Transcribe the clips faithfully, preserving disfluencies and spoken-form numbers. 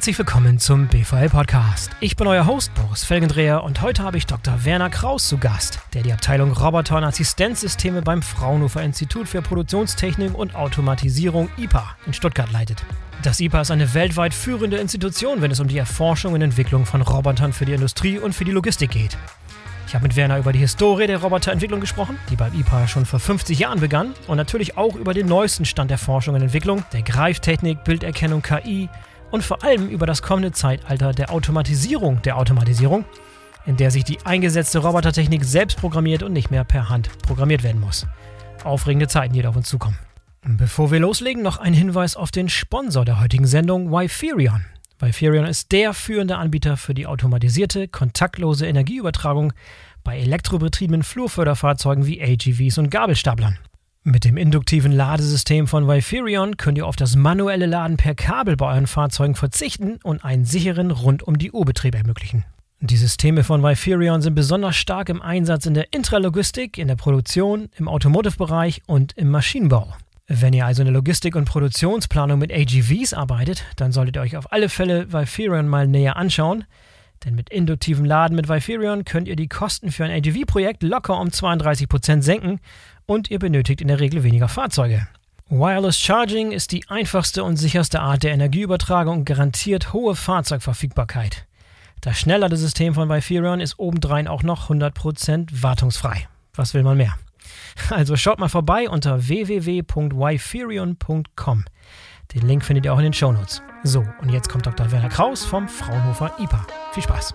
herzlich willkommen zum B V L-Podcast. Ich bin euer Host Boris Felgendreher und heute habe ich Doktor Werner Kraus zu Gast, der die Abteilung Roboter und Assistenzsysteme beim Fraunhofer Institut für Produktionstechnik und Automatisierung I P A in Stuttgart leitet. Das I P A ist eine weltweit führende Institution, wenn es um die Erforschung und Entwicklung von Robotern für die Industrie und für die Logistik geht. Ich habe mit Werner über die Historie der Roboterentwicklung gesprochen, die beim I P A schon vor fünfzig Jahren begann, und natürlich auch über den neuesten Stand der Forschung und Entwicklung, der Greiftechnik, Bilderkennung, K I und vor allem über das kommende Zeitalter der Automatisierung der Automatisierung, in der sich die eingesetzte Robotertechnik selbst programmiert und nicht mehr per Hand programmiert werden muss. Aufregende Zeiten, die da auf uns zukommen. Bevor wir loslegen, noch ein Hinweis auf den Sponsor der heutigen Sendung, Wiferion. Wiferion ist der führende Anbieter für die automatisierte, kontaktlose Energieübertragung bei elektrobetriebenen Flurförderfahrzeugen wie A G Vs und Gabelstaplern. Mit dem induktiven Ladesystem von Wiferion könnt ihr auf das manuelle Laden per Kabel bei euren Fahrzeugen verzichten und einen sicheren Rund-um-die-Uhr-Betrieb ermöglichen. Die Systeme von Wiferion sind besonders stark im Einsatz in der Intralogistik, in der Produktion, im Automotive-Bereich und im Maschinenbau. Wenn ihr also in der Logistik- und Produktionsplanung mit A G Vs arbeitet, dann solltet ihr euch auf alle Fälle Wiferion mal näher anschauen. Denn mit induktivem Laden mit Wiferion könnt ihr die Kosten für ein A G V-Projekt locker um zweiunddreißig Prozent senken und ihr benötigt in der Regel weniger Fahrzeuge. Wireless Charging ist die einfachste und sicherste Art der Energieübertragung und garantiert hohe Fahrzeugverfügbarkeit. Das Schnellladesystem von Wiferion ist obendrein auch noch hundert Prozent wartungsfrei. Was will man mehr? Also schaut mal vorbei unter w w w punkt wiferion punkt com. Den Link findet ihr auch in den Shownotes. So, und jetzt kommt Doktor Werner Kraus vom Fraunhofer I P A. Viel Spaß!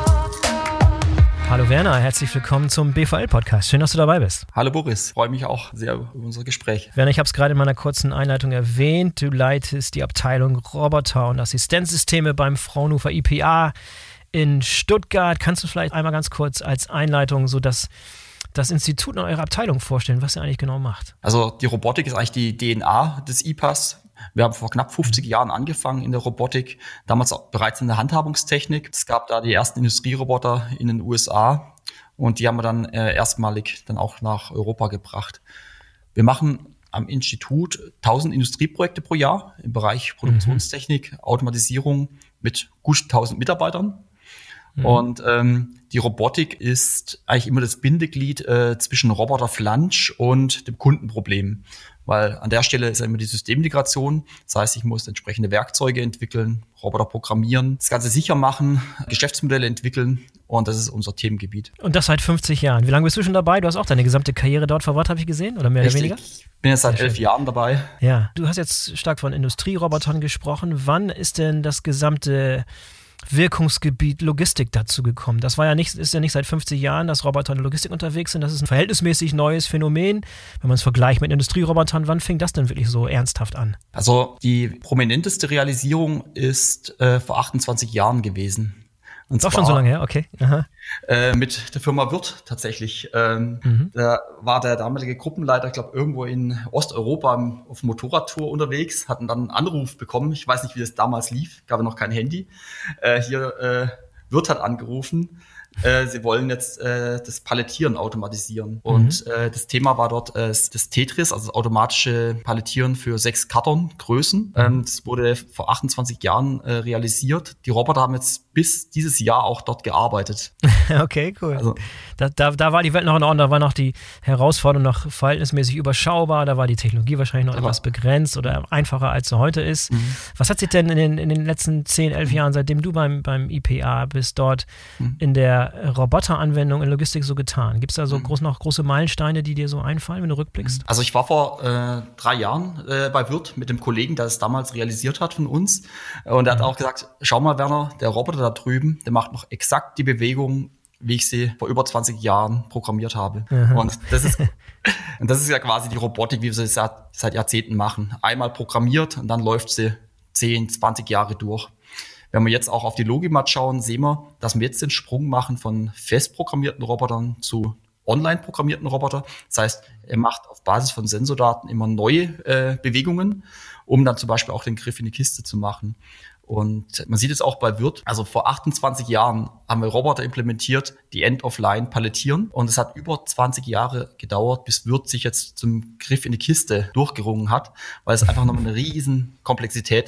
Hallo Werner, herzlich willkommen zum B V L-Podcast. Schön, dass du dabei bist. Hallo Boris, freue mich auch sehr über unser Gespräch. Werner, ich habe es gerade in meiner kurzen Einleitung erwähnt. Du leitest die Abteilung Roboter und Assistenzsysteme beim Fraunhofer I P A in Stuttgart. Kannst du vielleicht einmal ganz kurz als Einleitung so das das Institut und eure Abteilung vorstellen, was ihr eigentlich genau macht? Also die Robotik ist eigentlich die D N A des I P As. Wir haben vor knapp fünfzig Jahren angefangen in der Robotik, damals auch bereits in der Handhabungstechnik. Es gab da die ersten Industrieroboter in den U S A und die haben wir dann äh, erstmalig dann auch nach Europa gebracht. Wir machen am Institut tausend Industrieprojekte pro Jahr im Bereich Produktionstechnik, mhm. Automatisierung mit gut tausend Mitarbeitern. Mhm. Und ähm, die Robotik ist eigentlich immer das Bindeglied äh, zwischen Roboterflansch und dem Kundenproblem. Weil an der Stelle ist ja immer die Systemintegration. Das heißt, ich muss entsprechende Werkzeuge entwickeln, Roboter programmieren, das Ganze sicher machen, Geschäftsmodelle entwickeln. Und das ist unser Themengebiet. Und das seit fünfzig Jahren. Wie lange bist du schon dabei? Du hast auch deine gesamte Karriere dort verbracht, habe ich gesehen, oder mehr Richtig. oder weniger? Ich bin jetzt seit elf Jahren dabei. Ja, du hast jetzt stark von Industrierobotern gesprochen. Wann ist denn das gesamte Wirkungsgebiet Logistik dazu gekommen? Das war ja nicht, ist ja nicht seit fünfzig Jahren, dass Roboter in der Logistik unterwegs sind. Das ist ein verhältnismäßig neues Phänomen. Wenn man es vergleicht mit Industrierobotern, wann fing das denn wirklich so ernsthaft an? Also die prominenteste Realisierung ist äh, vor achtundzwanzig Jahren gewesen. Und Doch zwar, schon so lange her, okay. Aha. Äh, mit der Firma Wirth tatsächlich. Ähm, mhm. Da war der damalige Gruppenleiter, ich glaube, irgendwo in Osteuropa auf Motorradtour unterwegs, hatten dann einen Anruf bekommen. Ich weiß nicht, wie das damals lief, gab ja noch kein Handy. Äh, hier äh, Wirth hat angerufen. Äh, sie wollen jetzt äh, das Palettieren automatisieren. Und mhm. äh, das Thema war dort äh, das Tetris, also das automatische Palettieren für sechs Kartongrößen. Mhm. Ähm, das wurde vor achtundzwanzig Jahren äh, realisiert. Die Roboter haben jetzt bis dieses Jahr auch dort gearbeitet. Okay, cool. Also, da, da, da war die Welt noch in Ordnung, da war noch die Herausforderung noch verhältnismäßig überschaubar, da war die Technologie wahrscheinlich noch etwas begrenzt oder einfacher, als sie heute ist. Mhm. Was hat sich denn in den, in den letzten zehn, elf Jahren, seitdem du beim, beim I P A bist, dort mhm. in der Roboteranwendung in Logistik so getan? Gibt es da so mhm. groß, noch große Meilensteine, die dir so einfallen, wenn du rückblickst? Also ich war vor äh, drei Jahren äh, bei Wirth mit dem Kollegen, der es damals realisiert hat von uns. Und er hat mhm. auch gesagt, schau mal Werner, der Roboter da drüben, der macht noch exakt die Bewegung, wie ich sie vor über zwanzig Jahren programmiert habe. Mhm. Und das ist und das ist ja quasi die Robotik, wie wir sie seit, seit Jahrzehnten machen. Einmal programmiert und dann läuft sie zehn, zwanzig Jahre durch. Wenn wir jetzt auch auf die Logimat schauen, sehen wir, dass wir jetzt den Sprung machen von fest programmierten Robotern zu online programmierten Robotern. Das heißt, er macht auf Basis von Sensordaten immer neue äh, Bewegungen, um dann zum Beispiel auch den Griff in die Kiste zu machen. Und man sieht es auch bei Wirth. Also vor achtundzwanzig Jahren haben wir Roboter implementiert, die End-of-Line palettieren. Und es hat über zwanzig Jahre gedauert, bis Wirth sich jetzt zum Griff in die Kiste durchgerungen hat, weil es einfach noch eine riesen Komplexität ist,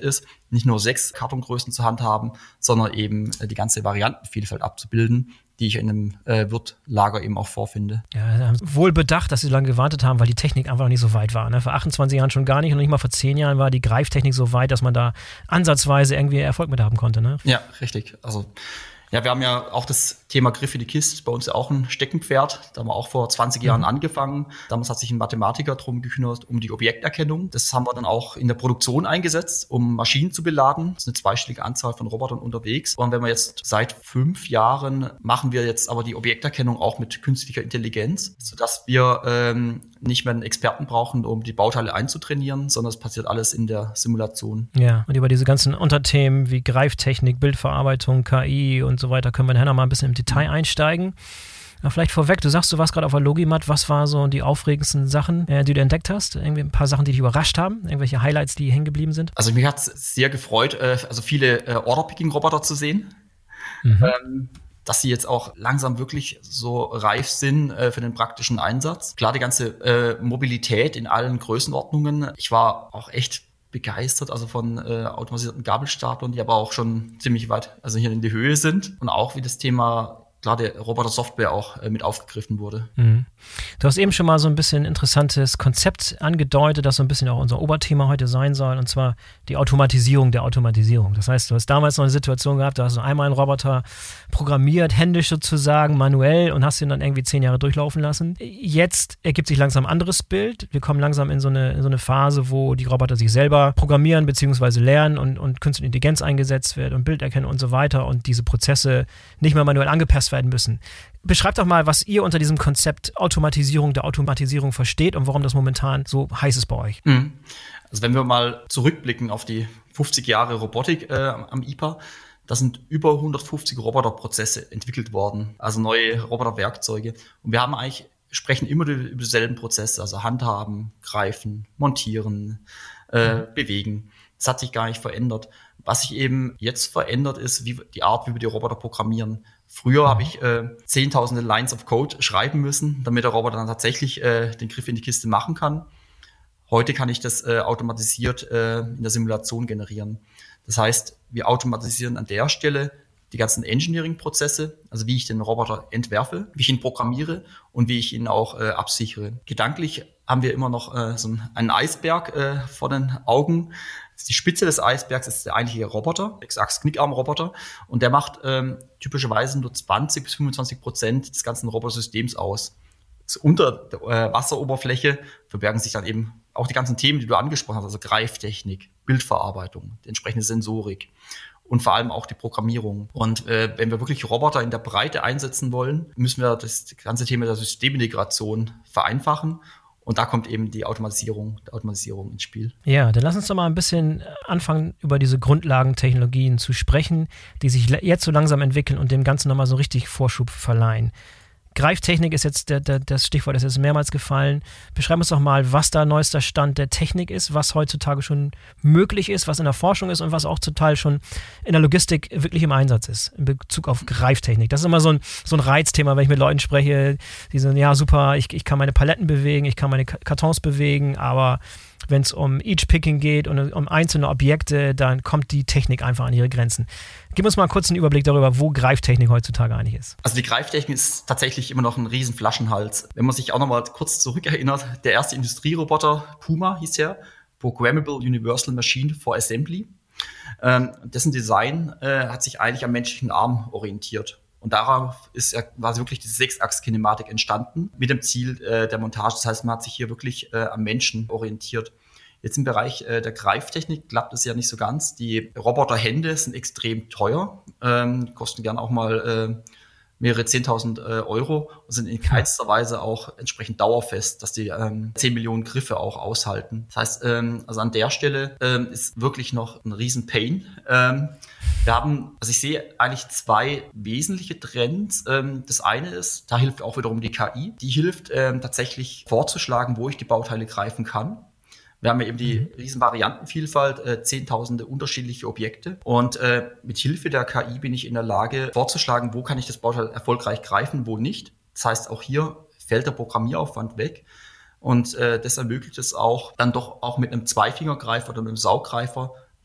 nicht nur sechs Kartongrößen zur Hand haben, sondern eben die ganze Variantenvielfalt abzubilden, die ich in einem äh, Wirtlager eben auch vorfinde. Ja, wohl bedacht, dass sie so lange gewartet haben, weil die Technik einfach noch nicht so weit war. Ne? Vor achtundzwanzig Jahren schon gar nicht und nicht mal vor zehn Jahren war die Greiftechnik so weit, dass man da ansatzweise irgendwie Erfolg mit haben konnte. Ne? Ja, richtig. Also ja, wir haben ja auch das Thema Griff in die Kiste, bei uns ja auch ein Steckenpferd. Da haben wir auch vor zwanzig Jahren mhm. angefangen. Damals hat sich ein Mathematiker drum gekümmert, um die Objekterkennung. Das haben wir dann auch in der Produktion eingesetzt, um Maschinen zu beladen. Das ist eine zweistellige Anzahl von Robotern unterwegs. Und wenn wir jetzt seit fünf Jahren machen wir jetzt aber die Objekterkennung auch mit künstlicher Intelligenz, sodass wir ähm, nicht mehr einen Experten brauchen, um die Bauteile einzutrainieren, sondern es passiert alles in der Simulation. Ja, und über diese ganzen Unterthemen wie Greiftechnik, Bildverarbeitung, K I und so weiter können wir nachher noch mal ein bisschen im Detail einsteigen. Aber vielleicht vorweg, du sagst, du warst gerade auf der Logimat. Was waren so die aufregendsten Sachen, äh, die du entdeckt hast? Irgendwie ein paar Sachen, die dich überrascht haben? Irgendwelche Highlights, die hängen geblieben sind? Also mich hat es sehr gefreut, äh, also viele äh, Order-Picking-Roboter zu sehen. Mhm. Ähm, dass sie jetzt auch langsam wirklich so reif sind äh, für den praktischen Einsatz. Klar, die ganze äh, Mobilität in allen Größenordnungen. Ich war auch echt begeistert, also von äh, automatisierten Gabelstaplern, die aber auch schon ziemlich weit, also hier in die Höhe sind. Und auch wie das Thema, klar, der Roboter-Software auch äh, mit aufgegriffen wurde. Mhm. Du hast eben schon mal so ein bisschen interessantes Konzept angedeutet, das so ein bisschen auch unser Oberthema heute sein soll, und zwar die Automatisierung der Automatisierung. Das heißt, du hast damals noch eine Situation gehabt, da hast du einmal einen Roboter programmiert, händisch sozusagen, manuell, und hast ihn dann irgendwie zehn Jahre durchlaufen lassen. Jetzt ergibt sich langsam ein anderes Bild. Wir kommen langsam in so eine, in so eine Phase, wo die Roboter sich selber programmieren bzw. lernen und, und künstliche Intelligenz eingesetzt wird und Bilderkennung und so weiter und diese Prozesse nicht mehr manuell angepasst werden müssen. Beschreibt doch mal, was ihr unter diesem Konzept Automatisierung der Automatisierung versteht und warum das momentan so heiß ist bei euch. Also wenn wir mal zurückblicken auf die fünfzig Jahre Robotik äh, am I P A, da sind über hundertfünfzig Roboterprozesse entwickelt worden, also neue Roboterwerkzeuge. Und wir haben eigentlich, sprechen immer über dieselben Prozesse, also handhaben, greifen, montieren, äh, mhm. bewegen. Das hat sich gar nicht verändert. Was sich eben jetzt verändert, ist wie die Art, wie wir die Roboter programmieren. Früher mhm. habe ich äh, zehntausende Lines of Code schreiben müssen, damit der Roboter dann tatsächlich äh, den Griff in die Kiste machen kann. Heute kann ich das äh, automatisiert äh, in der Simulation generieren. Das heißt, wir automatisieren an der Stelle die ganzen Engineering-Prozesse, also wie ich den Roboter entwerfe, wie ich ihn programmiere und wie ich ihn auch äh, absichere. Gedanklich haben wir immer noch äh, so einen Eisberg äh, vor den Augen. Die Spitze des Eisbergs ist der eigentliche Roboter, Sechsachs-Knickarm-Roboter, und der macht ähm, typischerweise nur zwanzig bis fünfundzwanzig Prozent des ganzen Robotersystems aus. Unter der äh, Wasseroberfläche verbergen sich dann eben auch die ganzen Themen, die du angesprochen hast, also Greiftechnik, Bildverarbeitung, die entsprechende Sensorik und vor allem auch die Programmierung. Und äh, wenn wir wirklich Roboter in der Breite einsetzen wollen, müssen wir das ganze Thema der Systemintegration vereinfachen. Und da kommt eben die Automatisierung, die Automatisierung ins Spiel. Ja, dann lass uns doch mal ein bisschen anfangen, über diese Grundlagentechnologien zu sprechen, die sich jetzt so langsam entwickeln und dem Ganzen nochmal so richtig Vorschub verleihen. Greiftechnik ist jetzt der, der, das Stichwort, das ist jetzt mehrmals gefallen. Beschreib uns doch mal, was da neuester Stand der Technik ist, was heutzutage schon möglich ist, was in der Forschung ist und was auch zum Teil schon in der Logistik wirklich im Einsatz ist, in Bezug auf Greiftechnik. Das ist immer so ein, so ein Reizthema, wenn ich mit Leuten spreche, die sagen, ja super, ich, ich kann meine Paletten bewegen, ich kann meine Kartons bewegen, aber wenn es um Each-Picking geht und um einzelne Objekte, dann kommt die Technik einfach an ihre Grenzen. Gib uns mal kurz einen Überblick darüber, wo Greiftechnik heutzutage eigentlich ist. Also die Greiftechnik ist tatsächlich immer noch ein riesen Flaschenhals. Wenn man sich auch noch mal kurz zurückerinnert, der erste Industrieroboter, Puma hieß er, Programmable Universal Machine for Assembly. Ähm, dessen Design äh, hat sich eigentlich am menschlichen Arm orientiert. Und darauf ist ja quasi wirklich diese Sechsachs-Kinematik entstanden, mit dem Ziel äh, der Montage. Das heißt, man hat sich hier wirklich äh, am Menschen orientiert. Jetzt im Bereich äh, der Greiftechnik klappt es ja nicht so ganz. Die Roboterhände sind extrem teuer, ähm, kosten gern auch mal äh, mehrere zehntausend äh, Euro und sind in keinster Weise auch entsprechend dauerfest, dass die ähm, zehn Millionen Griffe auch aushalten. Das heißt, ähm, also an der Stelle ähm, ist wirklich noch ein riesen Pain. Ähm, wir haben, also ich sehe eigentlich zwei wesentliche Trends. Ähm, das eine ist, da hilft auch wiederum die K I. Die hilft ähm, tatsächlich vorzuschlagen, wo ich die Bauteile greifen kann. Wir haben ja eben die riesen Variantenvielfalt, äh, zehntausende unterschiedliche Objekte. Und äh, mit Hilfe der K I bin ich in der Lage, vorzuschlagen, wo kann ich das Bauteil erfolgreich greifen, wo nicht. Das heißt, auch hier fällt der Programmieraufwand weg. Und äh, das ermöglicht es auch, dann doch auch mit einem Zweifingergreifer oder einem Sauggreifer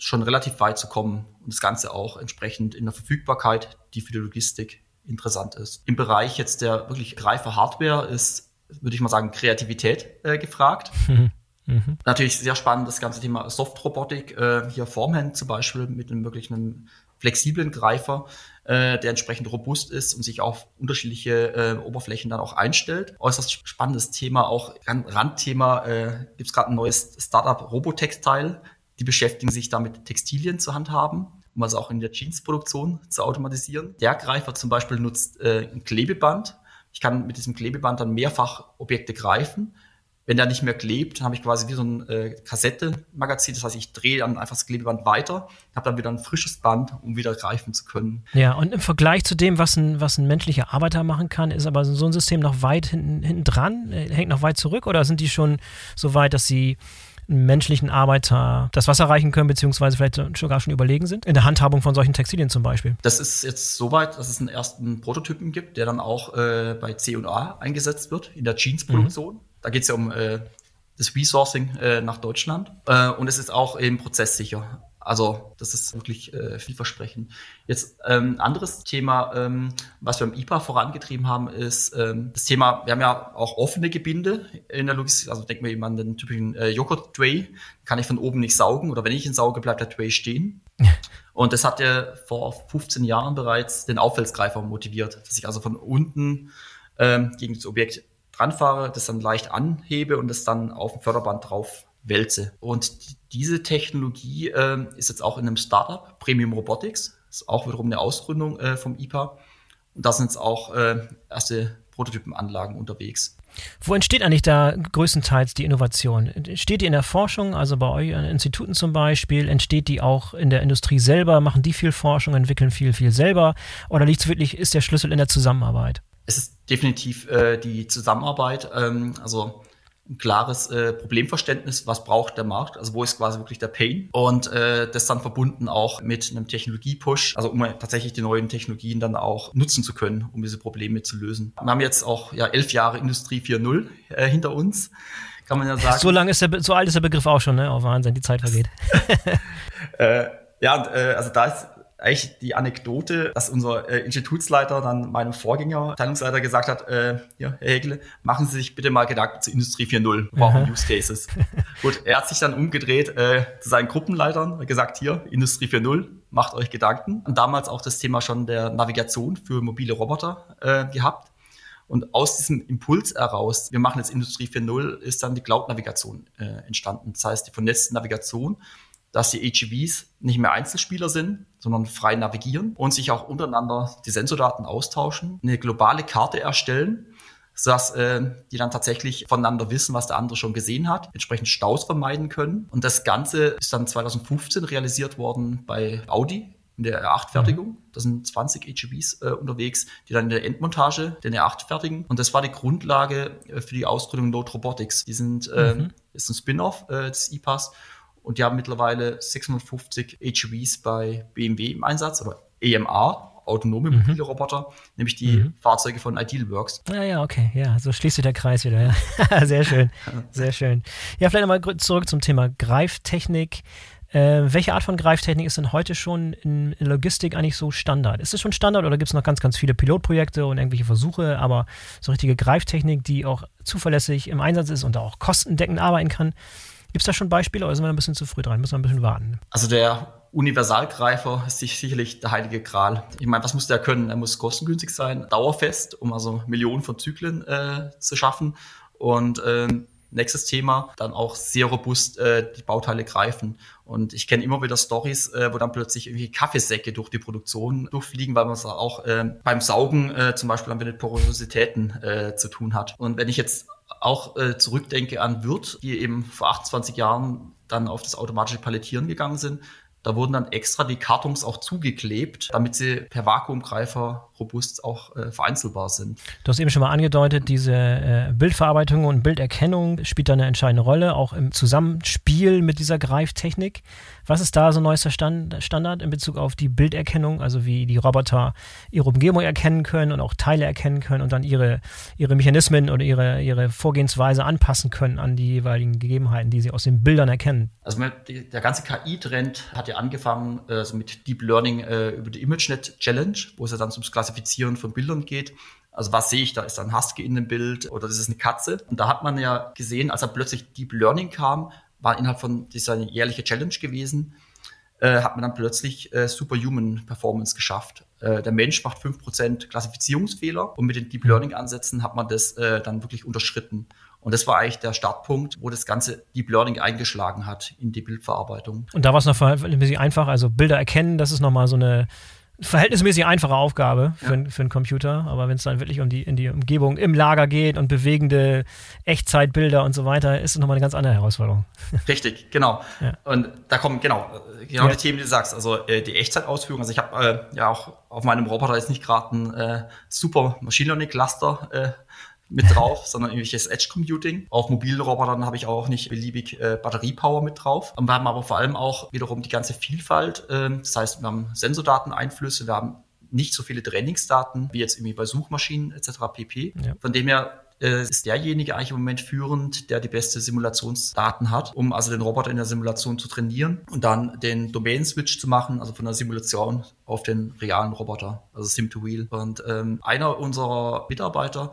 schon relativ weit zu kommen und das Ganze auch entsprechend in der Verfügbarkeit, die für die Logistik interessant ist. Im Bereich jetzt der wirklich Greifer-Hardware ist, würde ich mal sagen, Kreativität äh, gefragt. Mhm. Mhm. Natürlich sehr spannend das ganze Thema Soft-Robotik, äh, hier Formhand zum Beispiel mit einem wirklich einem flexiblen Greifer, äh, der entsprechend robust ist und sich auf unterschiedliche äh, Oberflächen dann auch einstellt. Äußerst spannendes Thema, auch Randthema, äh, gibt es gerade ein neues Startup Robotextile, die beschäftigen sich damit, Textilien zu handhaben, um also auch in der Jeansproduktion zu automatisieren. Der Greifer zum Beispiel nutzt äh, ein Klebeband. Ich kann mit diesem Klebeband dann mehrfach Objekte greifen. Wenn der nicht mehr klebt, dann habe ich quasi wie so ein äh, Kassette-Magazin. Das heißt, ich drehe dann einfach das Klebeband weiter, habe dann wieder ein frisches Band, um wieder greifen zu können. Ja, und im Vergleich zu dem, was ein, was ein menschlicher Arbeiter machen kann, ist aber so ein System noch weit hinten, hinten dran, hängt noch weit zurück, oder sind die schon so weit, dass sie einen menschlichen Arbeiter das Wasser reichen können, beziehungsweise vielleicht sogar schon überlegen sind? In der Handhabung von solchen Textilien zum Beispiel. Das ist jetzt so weit, dass es einen ersten Prototypen gibt, der dann auch äh, bei C und A eingesetzt wird, in der Jeansproduktion. Mhm. Da geht es ja um äh, das Resourcing äh, nach Deutschland. Äh, und es ist auch eben prozesssicher. Also das ist wirklich äh, vielversprechend. Jetzt ähm, anderes Thema, ähm, was wir im I P A vorangetrieben haben, ist ähm, das Thema, wir haben ja auch offene Gebinde in der Logistik. Also denken wir eben an den typischen äh, Joghurt-Tray. Kann ich von oben nicht saugen oder wenn ich ihn sauge, bleibt der Tray stehen. Und das hat ja vor fünfzehn Jahren bereits den Auffelsgreifer motiviert, dass ich also von unten ähm, gegen das Objekt dran fahre, das dann leicht anhebe und das dann auf dem Förderband drauf wälze. Und die, diese Technologie äh, ist jetzt auch in einem Startup, Premium Robotics, ist auch wiederum eine Ausgründung äh, vom I P A. Und da sind jetzt auch äh, erste Prototypenanlagen unterwegs. Wo entsteht eigentlich da größtenteils die Innovation? Entsteht die in der Forschung, also bei euch an Instituten zum Beispiel? Entsteht die auch in der Industrie selber? Machen die viel Forschung, entwickeln viel, viel selber? Oder liegt es wirklich, ist der Schlüssel in der Zusammenarbeit? Es ist definitiv äh, die Zusammenarbeit, ähm, also ein klares äh, Problemverständnis, was braucht der Markt, also wo ist quasi wirklich der Pain und äh, das dann verbunden auch mit einem Technologie-Push, also um tatsächlich die neuen Technologien dann auch nutzen zu können, um diese Probleme zu lösen. Wir haben jetzt auch ja elf Jahre Industrie vier Punkt null äh, hinter uns, kann man ja sagen. So lang ist der, so alt ist der Begriff auch schon, ne? Oh Wahnsinn, die Zeit vergeht. äh, ja, und, äh, also da ist eigentlich die Anekdote, dass unser äh, Institutsleiter dann meinem Vorgänger, Abteilungsleiter, gesagt hat, äh, ja, Herr Hägele, machen Sie sich bitte mal Gedanken zu Industrie vier Punkt null, wir brauchen Use Cases. Gut, er hat sich dann umgedreht äh, zu seinen Gruppenleitern und gesagt, hier, Industrie vier Punkt null, macht euch Gedanken. Und damals auch das Thema schon der Navigation für mobile Roboter äh, gehabt. Und aus diesem Impuls heraus, wir machen jetzt Industrie vier Punkt null, ist dann die Cloud-Navigation äh, entstanden. Das heißt, die vernetzte Navigation, dass die A G Vs nicht mehr Einzelspieler sind, sondern frei navigieren und sich auch untereinander die Sensordaten austauschen, eine globale Karte erstellen, sodass äh, die dann tatsächlich voneinander wissen, was der andere schon gesehen hat, entsprechend Staus vermeiden können. Und das Ganze ist dann zwanzig fünfzehn realisiert worden bei Audi in der R acht-Fertigung. Da sind zwanzig A G Vs äh, unterwegs, die dann in der Endmontage den R acht fertigen. Und das war die Grundlage äh, für die Ausgründung Node Robotics. Die sind äh, mhm. ist ein Spin-off äh, des I P A s. Und die haben mittlerweile sechshundertfünfzig A G Vs bei B M W im Einsatz oder A M R, autonome mobile mhm. Roboter, nämlich die mhm. Fahrzeuge von Idealworks. Ja, ja, okay, ja, so schließt sich der Kreis wieder. Ja. Sehr schön, sehr schön. Ja, vielleicht nochmal zurück zum Thema Greiftechnik. Äh, welche Art von Greiftechnik ist denn heute schon in, in Logistik eigentlich so Standard? Ist es schon Standard oder gibt es noch ganz, ganz viele Pilotprojekte und irgendwelche Versuche, aber so richtige Greiftechnik, die auch zuverlässig im Einsatz ist und auch kostendeckend arbeiten kann? Gibt es da schon Beispiele oder sind wir ein bisschen zu früh dran? Müssen wir ein bisschen warten? Also der Universalgreifer ist sicherlich der heilige Gral. Ich meine, was muss der können? Er muss kostengünstig sein, dauerfest, um also Millionen von Zyklen äh, zu schaffen. Und ähm, nächstes Thema, dann auch sehr robust äh, die Bauteile greifen. Und ich kenne immer wieder Storys, äh, wo dann plötzlich irgendwie Kaffeesäcke durch die Produktion durchfliegen, weil man es auch äh, beim Saugen äh, zum Beispiel dann mit Porositäten äh, zu tun hat. Und wenn ich jetzt auch äh, zurückdenke an Würth, die eben vor achtundzwanzig Jahren dann auf das automatische Palettieren gegangen sind, da wurden dann extra die Kartons auch zugeklebt, damit sie per Vakuumgreifer robust auch äh, vereinzelbar sind. Du hast eben schon mal angedeutet, diese äh, Bildverarbeitung und Bilderkennung spielt da eine entscheidende Rolle, auch im Zusammenspiel mit dieser Greiftechnik. Was ist da so neuester Stand, Standard in Bezug auf die Bilderkennung, also wie die Roboter ihre Umgebung erkennen können und auch Teile erkennen können und dann ihre, ihre Mechanismen oder ihre, ihre Vorgehensweise anpassen können an die jeweiligen Gegebenheiten, die sie aus den Bildern erkennen? Also die, der ganze K I-Trend hat ja ja angefangen äh, so mit Deep Learning äh, über die ImageNet Challenge, wo es ja dann ums Klassifizieren von Bildern geht. Also was sehe ich da? Ist da ein Husky in dem Bild oder ist es eine Katze? Und da hat man ja gesehen, als da plötzlich Deep Learning kam, war innerhalb von dieser jährliche Challenge gewesen, äh, hat man dann plötzlich äh, Superhuman Performance geschafft. Äh, der Mensch macht fünf Prozent Klassifizierungsfehler und mit den Deep Learning Ansätzen hat man das äh, dann wirklich unterschritten. Und das war eigentlich der Startpunkt, wo das ganze Deep Learning eingeschlagen hat in die Bildverarbeitung. Und da war es noch ein bisschen einfach, also Bilder erkennen, das ist nochmal so eine verhältnismäßig einfache Aufgabe für, ja. für einen Computer, aber wenn es dann wirklich um die, in die Umgebung im Lager geht und bewegende Echtzeitbilder und so weiter, ist es nochmal eine ganz andere Herausforderung. Richtig, genau. Ja. Und da kommen genau, genau ja. die Themen, die du sagst, also äh, die Echtzeitausführung. Also ich habe äh, ja auch auf meinem Roboter jetzt nicht gerade ein äh, super Machine Learning Cluster äh, mit drauf, sondern irgendwelches Edge Computing. Auf mobilen Robotern habe ich auch nicht beliebig äh, Batteriepower mit drauf. Und wir haben aber vor allem auch wiederum die ganze Vielfalt. Äh, das heißt, wir haben Sensordateneinflüsse, wir haben nicht so viele Trainingsdaten wie jetzt irgendwie bei Suchmaschinen et cetera pp. Ja. Von dem her äh, ist derjenige eigentlich im Moment führend, der die beste Simulationsdaten hat, um also den Roboter in der Simulation zu trainieren und dann den Domain-Switch zu machen, also von der Simulation auf den realen Roboter, also Sim-to-Wheel. Und ähm, einer unserer Mitarbeiter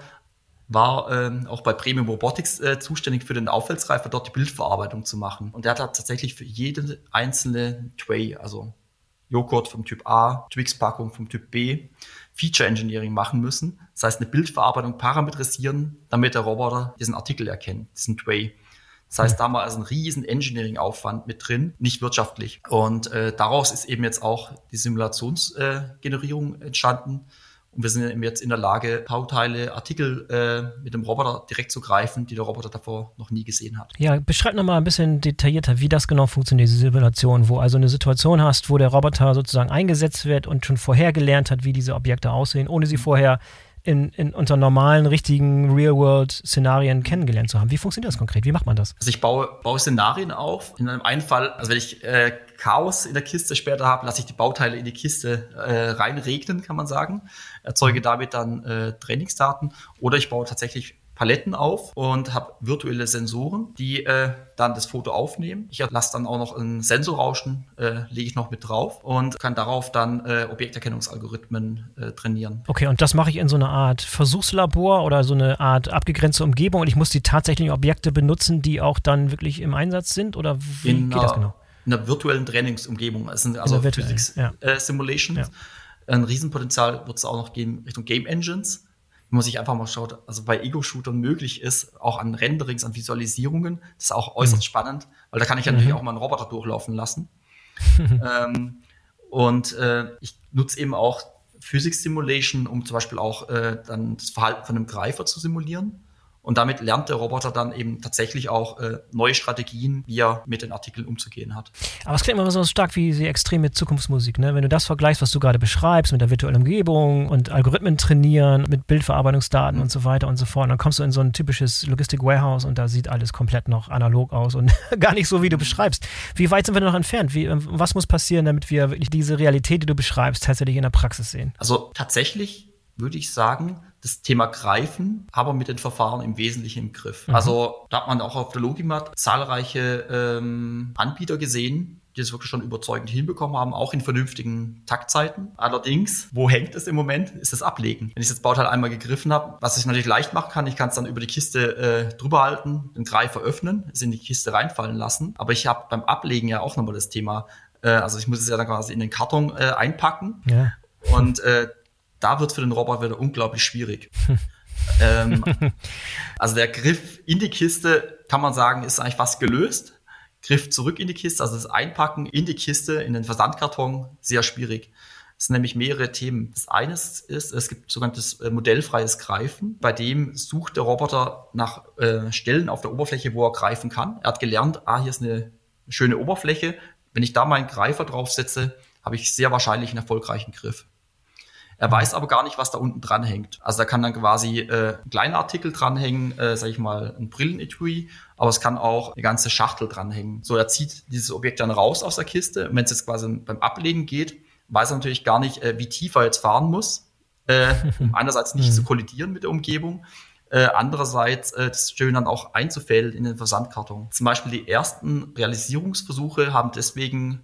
war ähm, auch bei Premium Robotics äh, zuständig für den Aufwärtsreifer, dort die Bildverarbeitung zu machen. Und der hat tatsächlich für jede einzelne Tray, also Joghurt vom Typ A, Twix-Packung vom Typ B, Feature Engineering machen müssen. Das heißt, eine Bildverarbeitung parametrisieren, damit der Roboter diesen Artikel erkennt, diesen Tray. Das heißt, da haben wir also einen riesen Engineering-Aufwand mit drin, nicht wirtschaftlich. Und äh, daraus ist eben jetzt auch die Simulationsgenerierung äh, entstanden. Und wir sind eben jetzt in der Lage, Bauteile, Artikel äh, mit dem Roboter direkt zu greifen, die der Roboter davor noch nie gesehen hat. Ja, beschreib nochmal ein bisschen detaillierter, wie das genau funktioniert, diese Simulation, wo also eine Situation hast, wo der Roboter sozusagen eingesetzt wird und schon vorher gelernt hat, wie diese Objekte aussehen, ohne sie vorher in, in unter normalen, richtigen Real-World-Szenarien kennengelernt zu haben. Wie funktioniert das konkret? Wie macht man das? Also ich baue, baue Szenarien auf. In einem einen Fall, also wenn ich äh, Chaos in der Kiste später habe, lasse ich die Bauteile in die Kiste äh, reinregnen, kann man sagen. Erzeuge damit dann äh, Trainingsdaten. Oder ich baue tatsächlich Paletten auf und habe virtuelle Sensoren, die äh, dann das Foto aufnehmen. Ich lasse dann auch noch ein Sensorrauschen, äh, lege ich noch mit drauf und kann darauf dann äh, Objekterkennungsalgorithmen äh, trainieren. Okay, und das mache ich in so einer Art Versuchslabor oder so eine Art abgegrenzte Umgebung und ich muss die tatsächlichen Objekte benutzen, die auch dann wirklich im Einsatz sind? Oder wie in geht einer, das genau? In einer virtuellen Trainingsumgebung. Das sind also Physics-Simulations. Ja. Äh, Ein Riesenpotenzial wird es auch noch geben Richtung Game Engines. Wenn man sich einfach mal schaut, also bei Ego-Shootern möglich ist, auch an Renderings, an Visualisierungen, das ist auch äußerst mhm. spannend, weil da kann ich ja mhm. natürlich auch mal einen Roboter durchlaufen lassen. ähm, und äh, ich nutze eben auch Physics Simulation, um zum Beispiel auch äh, dann das Verhalten von einem Greifer zu simulieren. Und damit lernt der Roboter dann eben tatsächlich auch äh, neue Strategien, wie er mit den Artikeln umzugehen hat. Aber es klingt immer so stark wie die extreme Zukunftsmusik, ne? Wenn du das vergleichst, was du gerade beschreibst, mit der virtuellen Umgebung und Algorithmen trainieren, mit Bildverarbeitungsdaten mhm. und so weiter und so fort, dann kommst du in so ein typisches Logistik-Warehouse und da sieht alles komplett noch analog aus und gar nicht so, wie du beschreibst. Wie weit sind wir noch entfernt? Wie, was muss passieren, damit wir wirklich diese Realität, die du beschreibst, tatsächlich in der Praxis sehen? Also tatsächlich würde ich sagen, das Thema Greifen, aber mit den Verfahren im Wesentlichen im Griff. Mhm. Also da hat man auch auf der Logimat zahlreiche ähm, Anbieter gesehen, die es wirklich schon überzeugend hinbekommen haben, auch in vernünftigen Taktzeiten. Allerdings, wo hängt es im Moment, ist das Ablegen. Wenn ich das Bauteil einmal gegriffen habe, was ich natürlich leicht machen kann, ich kann es dann über die Kiste äh, drüber halten, den Greifer öffnen, es in die Kiste reinfallen lassen. Aber ich habe beim Ablegen ja auch nochmal das Thema, äh, also ich muss es ja dann quasi in den Karton äh, einpacken. Ja. Und äh, da wird für den Roboter wieder unglaublich schwierig. ähm, also der Griff in die Kiste, kann man sagen, ist eigentlich fast gelöst. Griff zurück in die Kiste, also das Einpacken in die Kiste, in den Versandkarton, sehr schwierig. Es sind nämlich mehrere Themen. Das eine ist, es gibt sogenanntes äh, modellfreies Greifen. Bei dem sucht der Roboter nach äh, Stellen auf der Oberfläche, wo er greifen kann. Er hat gelernt, ah, hier ist eine schöne Oberfläche. Wenn ich da meinen Greifer draufsetze, habe ich sehr wahrscheinlich einen erfolgreichen Griff. Er weiß aber gar nicht, was da unten dran hängt. Also da kann dann quasi äh, ein kleiner Artikel dranhängen, äh, sage ich mal, ein Brillenetui, aber es kann auch eine ganze Schachtel dranhängen. So, er zieht dieses Objekt dann raus aus der Kiste. Und wenn es jetzt quasi beim Ablegen geht, weiß er natürlich gar nicht, äh, wie tief er jetzt fahren muss, äh, um einerseits nicht zu kollidieren mit der Umgebung, äh, andererseits äh, das schön dann auch einzufädeln in den Versandkarton. Zum Beispiel die ersten Realisierungsversuche haben deswegen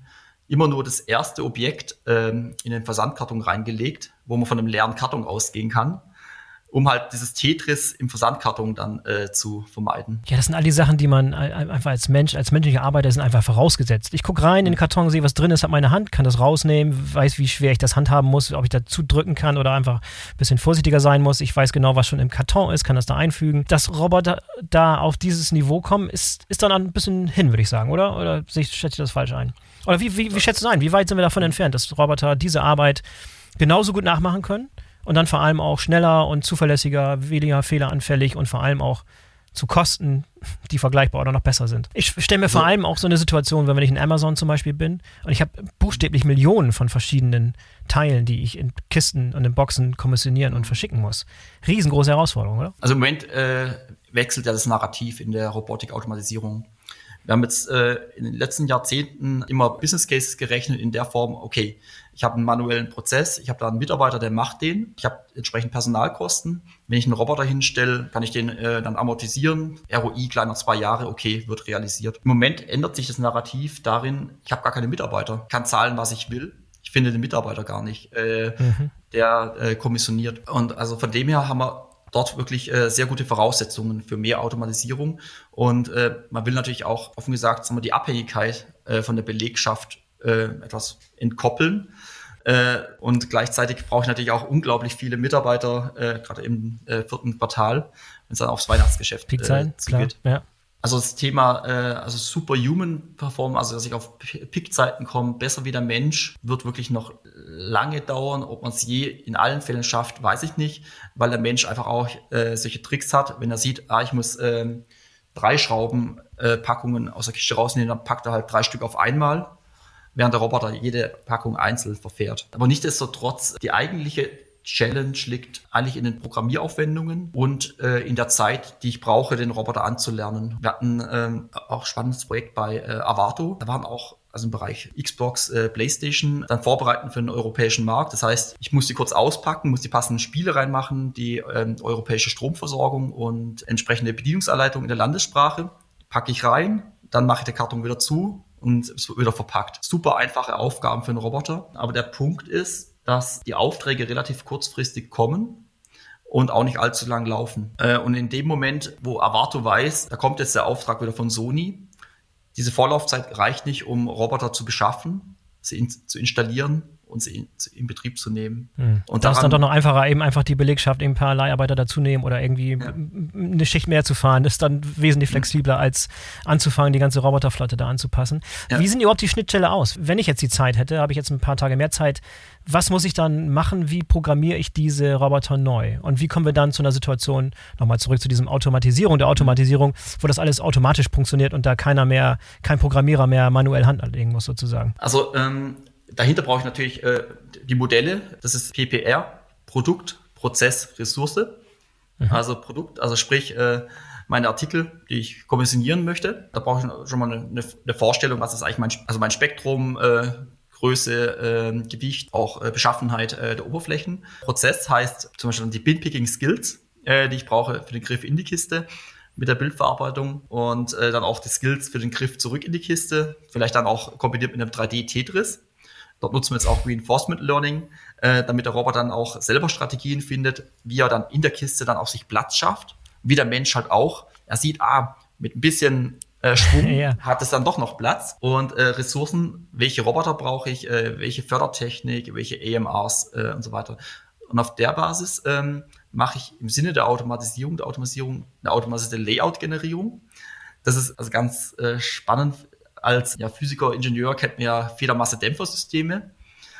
immer nur das erste Objekt ähm, in den Versandkarton reingelegt, wo man von einem leeren Karton ausgehen kann, um halt dieses Tetris im Versandkarton dann äh, zu vermeiden. Ja, das sind all die Sachen, die man einfach als Mensch, als menschlicher Arbeiter sind einfach vorausgesetzt. Ich gucke rein in den Karton, sehe, was drin ist, habe meine Hand, kann das rausnehmen, weiß, wie schwer ich das handhaben muss, ob ich da zudrücken kann oder einfach ein bisschen vorsichtiger sein muss. Ich weiß genau, was schon im Karton ist, kann das da einfügen. Dass Roboter da auf dieses Niveau kommen, ist, ist dann ein bisschen hin, würde ich sagen, oder? Oder schätze ich das falsch ein? Oder wie, wie, wie schätzt du es ein? Wie weit sind wir davon entfernt, dass Roboter diese Arbeit genauso gut nachmachen können? Und dann vor allem auch schneller und zuverlässiger, weniger fehleranfällig und vor allem auch zu Kosten, die vergleichbar oder noch besser sind. Ich stelle mir vor allem auch so eine Situation, wenn ich in Amazon zum Beispiel bin und ich habe buchstäblich Millionen von verschiedenen Teilen, die ich in Kisten und in Boxen kommissionieren und verschicken muss. Riesengroße Herausforderung, oder? Also im Moment äh, wechselt ja das Narrativ in der Robotikautomatisierung. Wir haben jetzt äh, in den letzten Jahrzehnten immer Business Cases gerechnet in der Form, okay, ich habe einen manuellen Prozess, ich habe da einen Mitarbeiter, der macht den, ich habe entsprechend Personalkosten. Wenn ich einen Roboter hinstelle, kann ich den äh, dann amortisieren. R O I kleiner zwei Jahre, okay, wird realisiert. Im Moment ändert sich das Narrativ darin, ich habe gar keine Mitarbeiter, kann zahlen, was ich will. Ich finde den Mitarbeiter gar nicht, äh, mhm. der äh, kommissioniert. Und also von dem her haben wir dort wirklich äh, sehr gute Voraussetzungen für mehr Automatisierung. Und äh, man will natürlich auch, offen gesagt, sagen wir, die Abhängigkeit äh, von der Belegschaft äh, etwas entkoppeln. Äh, und gleichzeitig brauche ich natürlich auch unglaublich viele Mitarbeiter, äh, gerade im äh, vierten Quartal, wenn es dann aufs Weihnachtsgeschäft äh, zugeht. Ja. Also das Thema, äh, also Superhuman Performance, also dass ich auf Peakzeiten komme, besser wie der Mensch, wird wirklich noch lange dauern. Ob man es je in allen Fällen schafft, weiß ich nicht, weil der Mensch einfach auch äh, solche Tricks hat. Wenn er sieht, ah, ich muss ähm, drei Schraubenpackungen äh, aus der Kiste rausnehmen, dann packt er halt drei Stück auf einmal, während der Roboter jede Packung einzeln verfährt. Aber nichtsdestotrotz, die eigentliche Challenge liegt eigentlich in den Programmieraufwendungen und äh, in der Zeit, die ich brauche, den Roboter anzulernen. Wir hatten ähm, auch ein spannendes Projekt bei äh, Avato. Da waren auch also im Bereich Xbox, äh, PlayStation, dann vorbereiten für den europäischen Markt. Das heißt, ich muss die kurz auspacken, muss die passenden Spiele reinmachen, die ähm, europäische Stromversorgung und entsprechende Bedienungsanleitung in der Landessprache. Packe ich rein, dann mache ich den Karton wieder zu und es wird wieder verpackt. Super einfache Aufgaben für einen Roboter. Aber der Punkt ist, dass die Aufträge relativ kurzfristig kommen und auch nicht allzu lang laufen. Und in dem Moment, wo Avato weiß, da kommt jetzt der Auftrag wieder von Sony, diese Vorlaufzeit reicht nicht, um Roboter zu beschaffen, sie in, zu installieren und sie in, in Betrieb zu nehmen. Hm. Und da ist dann doch noch einfacher, eben einfach die Belegschaft, eben ein paar Leiharbeiter dazu nehmen oder irgendwie ja. eine Schicht mehr zu fahren. Das ist dann wesentlich flexibler, als anzufangen, die ganze Roboterflotte da anzupassen. Ja. Wie sieht überhaupt die Schnittstelle aus? Wenn ich jetzt die Zeit hätte, habe ich jetzt ein paar Tage mehr Zeit, was muss ich dann machen? Wie programmiere ich diese Roboter neu? Und wie kommen wir dann zu einer Situation, nochmal zurück zu diesem Automatisierung der Automatisierung, wo das alles automatisch funktioniert und da keiner mehr, kein Programmierer mehr manuell Hand anlegen muss sozusagen? Also ähm, dahinter brauche ich natürlich äh, die Modelle. Das ist P P R, Produkt, Prozess, Ressource. Mhm. Also Produkt, also sprich äh, meine Artikel, die ich kommissionieren möchte. Da brauche ich schon mal eine, eine Vorstellung, was ist eigentlich mein, also mein Spektrum, äh, Größe, äh, Gewicht, auch äh, Beschaffenheit äh, der Oberflächen. Prozess heißt zum Beispiel die Bin-Picking-Skills, äh, die ich brauche für den Griff in die Kiste mit der Bildverarbeitung und äh, dann auch die Skills für den Griff zurück in die Kiste, vielleicht dann auch kombiniert mit einem drei D-Tetris. Dort nutzen wir jetzt auch Reinforcement Learning, äh, damit der Roboter dann auch selber Strategien findet, wie er dann in der Kiste dann auch sich Platz schafft, wie der Mensch halt auch. Er sieht, ah, mit ein bisschen Äh, Schwung ja. hat es dann doch noch Platz und äh, Ressourcen, welche Roboter brauche ich, äh, welche Fördertechnik, welche A M Rs äh, und so weiter. Und auf der Basis ähm, mache ich im Sinne der Automatisierung, der Automatisierung eine automatisierte Layout-Generierung. Das ist also ganz äh, spannend. Als ja, Physiker, Ingenieur kennt man ja Federmasse-Dämpfersysteme,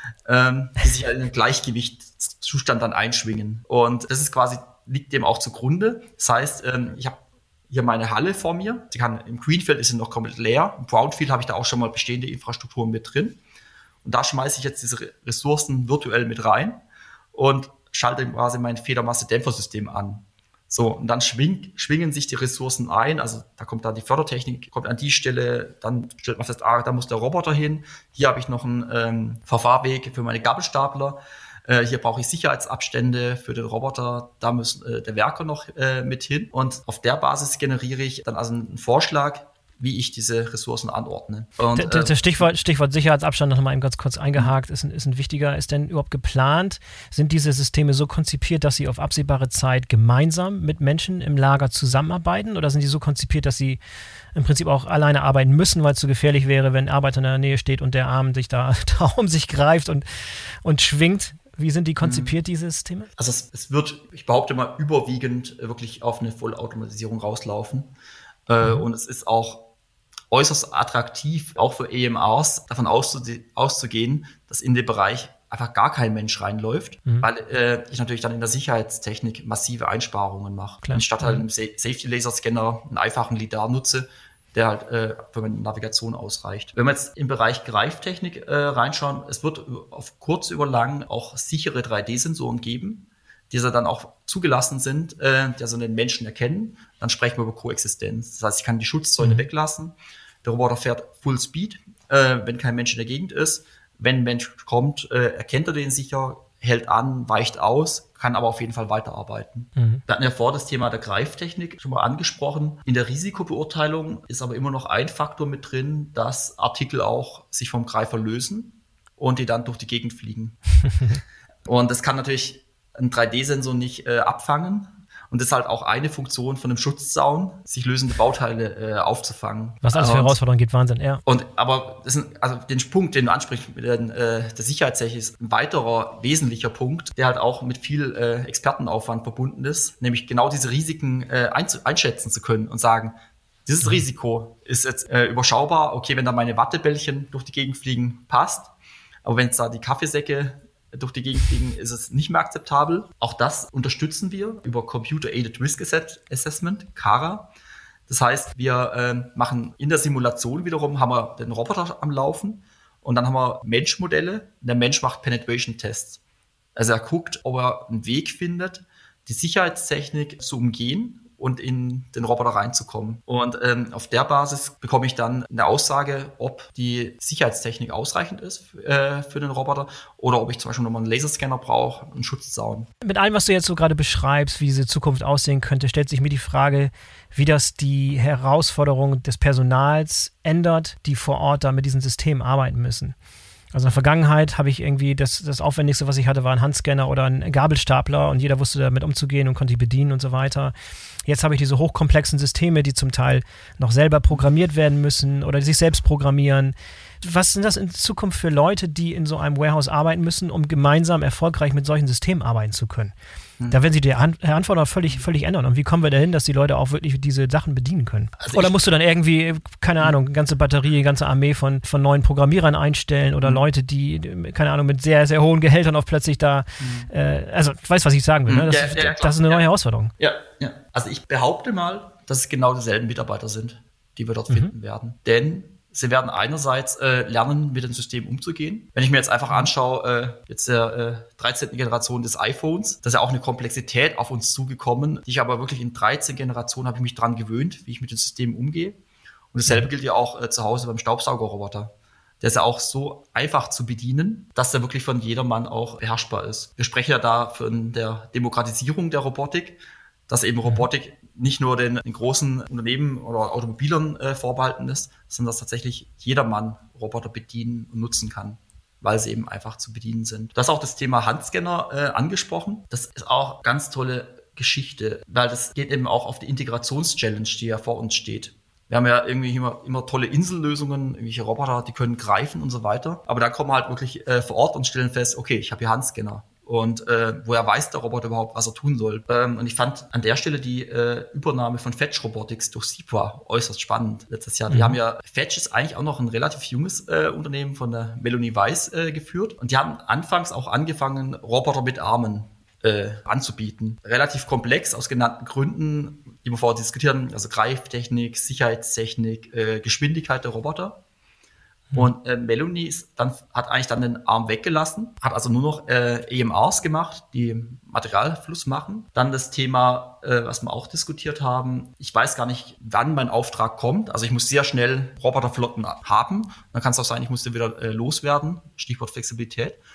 ähm, die sich in einen Gleichgewichtszustand dann einschwingen. Und das ist quasi, liegt dem auch zugrunde. Das heißt, ähm, ich habe hier meine Halle vor mir. Die kann, im Greenfield ist sie noch komplett leer. Im Brownfield habe ich da auch schon mal bestehende Infrastrukturen mit drin. Und da schmeiße ich jetzt diese Ressourcen virtuell mit rein und schalte quasi mein Federmasse-Dämpfersystem an. So, und dann schwing, schwingen sich die Ressourcen ein. Also da kommt dann die Fördertechnik, kommt an die Stelle, dann stellt man fest, ah, da muss der Roboter hin. Hier habe ich noch einen ähm, Verfahrweg für meine Gabelstapler. Äh, hier brauche ich Sicherheitsabstände für den Roboter, da muss äh, der Werker noch äh, mit hin. Und auf der Basis generiere ich dann also einen Vorschlag, wie ich diese Ressourcen anordne. Und, d- d- das Stichwort, Stichwort Sicherheitsabstand noch mal eben ganz kurz eingehakt, ist ein, ist ein wichtiger. Ist denn überhaupt geplant, sind diese Systeme so konzipiert, dass sie auf absehbare Zeit gemeinsam mit Menschen im Lager zusammenarbeiten, oder sind die so konzipiert, dass sie im Prinzip auch alleine arbeiten müssen, weil es zu gefährlich wäre, wenn ein Arbeiter in der Nähe steht und der Arm sich da, da um sich greift und, und schwingt? Wie sind die konzipiert, mhm. diese Systeme? Also es, es wird, ich behaupte mal, überwiegend wirklich auf eine Vollautomatisierung rauslaufen. Mhm. Äh, und es ist auch äußerst attraktiv, auch für E M Rs, davon auszu- auszugehen, dass in den Bereich einfach gar kein Mensch reinläuft, mhm. weil äh, ich natürlich dann in der Sicherheitstechnik massive Einsparungen mache. Klar. Anstatt halt mhm. einem Safety-Laser-Scanner einen einfachen LiDAR nutze, der halt äh, für meine Navigation ausreicht. Wenn wir jetzt im Bereich Greiftechnik äh, reinschauen, es wird auf kurz über lang auch sichere drei D-Sensoren geben, die dann auch zugelassen sind, äh, die also den Menschen erkennen. Dann sprechen wir über Koexistenz. Das heißt, ich kann die Schutzzäune mhm. weglassen. Der Roboter fährt Full Speed, äh, wenn kein Mensch in der Gegend ist. Wenn ein Mensch kommt, äh, erkennt er den sicher, hält an, weicht aus, kann aber auf jeden Fall weiterarbeiten. Mhm. Wir hatten ja vor das Thema der Greiftechnik schon mal angesprochen. In der Risikobeurteilung ist aber immer noch ein Faktor mit drin, dass Artikel auch sich vom Greifer lösen und die dann durch die Gegend fliegen. Und das kann natürlich ein drei D-Sensor nicht äh, abfangen. Und das ist halt auch eine Funktion von einem Schutzzaun, sich lösende Bauteile äh, aufzufangen. Was alles für Herausforderungen gibt, Wahnsinn, ja. Und aber das ist, also den Punkt, den du ansprichst, mit den, äh, der Sicherheitstechnik, ist ein weiterer wesentlicher Punkt, der halt auch mit viel äh, Expertenaufwand verbunden ist, nämlich genau diese Risiken äh, einzu- einschätzen zu können und sagen, dieses mhm. Risiko ist jetzt äh, überschaubar. Okay, wenn da meine Wattebällchen durch die Gegend fliegen, passt. Aber wenn es da die Kaffeesäcke durch die Gegend fliegen, ist es nicht mehr akzeptabel. Auch das unterstützen wir über Computer-Aided Risk Assessment, C A R A. Das heißt, wir äh, machen in der Simulation wiederum, haben wir den Roboter am Laufen und dann haben wir Menschmodelle. Der Mensch macht Penetration-Tests. Also er guckt, ob er einen Weg findet, die Sicherheitstechnik zu umgehen und in den Roboter reinzukommen. Und ähm, auf der Basis bekomme ich dann eine Aussage, ob die Sicherheitstechnik ausreichend ist äh, für den Roboter oder ob ich zum Beispiel nochmal einen Laserscanner brauche, einen Schutzzaun. Mit allem, was du jetzt so gerade beschreibst, wie diese Zukunft aussehen könnte, stellt sich mir die Frage, wie das die Herausforderung des Personals ändert, die vor Ort da mit diesen Systemen arbeiten müssen. Also in der Vergangenheit habe ich irgendwie, das, das Aufwendigste, was ich hatte, war ein Handscanner oder ein Gabelstapler und jeder wusste damit umzugehen und konnte die bedienen und so weiter. Jetzt habe ich diese hochkomplexen Systeme, die zum Teil noch selber programmiert werden müssen oder die sich selbst programmieren. Was sind das in Zukunft für Leute, die in so einem Warehouse arbeiten müssen, um gemeinsam erfolgreich mit solchen Systemen arbeiten zu können? Hm. Da werden sich die An- Anforderungen völlig, völlig ändern. Und wie kommen wir dahin, dass die Leute auch wirklich diese Sachen bedienen können? Also oder musst du dann irgendwie, keine Ahnung, eine ganze Batterie, eine ganze Armee von, von neuen Programmierern einstellen oder hm. Leute, die, keine Ahnung, mit sehr, sehr hohen Gehältern auf plötzlich da, hm. äh, also ich weiß, was ich sagen will. Ne? Das, ja, ja, das ist eine neue ja. Herausforderung. Ja, ja. Also ich behaupte mal, dass es genau dieselben Mitarbeiter sind, die wir dort mhm. finden werden. Denn sie werden einerseits äh, lernen, mit dem System umzugehen. Wenn ich mir jetzt einfach anschaue, äh, jetzt der äh, dreizehnten Generation des iPhones, das ist ja auch eine Komplexität auf uns zugekommen, die ich aber wirklich in dreizehn Generationen habe ich mich dran gewöhnt, wie ich mit dem System umgehe. Und dasselbe gilt ja auch äh, zu Hause beim Staubsaugerroboter. Der ist ja auch so einfach zu bedienen, dass der wirklich von jedermann auch beherrschbar ist. Wir sprechen ja da von der Demokratisierung der Robotik, dass eben Robotik nicht nur den, den großen Unternehmen oder Automobilern äh, vorbehalten ist, sondern dass tatsächlich jedermann Roboter bedienen und nutzen kann, weil sie eben einfach zu bedienen sind. Du hast auch das Thema Handscanner äh, angesprochen. Das ist auch ganz tolle Geschichte, weil das geht eben auch auf die Integrations-Challenge, die ja vor uns steht. Wir haben ja irgendwie immer, immer tolle Insellösungen, irgendwelche Roboter, die können greifen und so weiter. Aber da kommen wir halt wirklich äh, vor Ort und stellen fest, okay, ich habe hier Handscanner. Und äh, woher weiß der Roboter überhaupt, was er tun soll? Ähm, und ich fand an der Stelle die äh, Übernahme von Fetch Robotics durch Sipra äußerst spannend letztes Jahr. Mhm. Die haben ja, Fetch ist eigentlich auch noch ein relativ junges äh, Unternehmen von der Melanie Weiss äh, geführt. Und die haben anfangs auch angefangen, Roboter mit Armen äh, anzubieten. Relativ komplex aus genannten Gründen, die wir vorher diskutieren, also Greiftechnik, Sicherheitstechnik, äh, Geschwindigkeit der Roboter. Und äh, Melanie ist dann, hat eigentlich dann den Arm weggelassen, hat also nur noch äh, E M Rs gemacht, die Materialfluss machen. Dann das Thema, äh, was wir auch diskutiert haben, ich weiß gar nicht, wann mein Auftrag kommt. Also ich muss sehr schnell Roboterflotten haben. Dann kann es auch sein, ich muss den wieder äh, loswerden, Stichwort Flexibilität.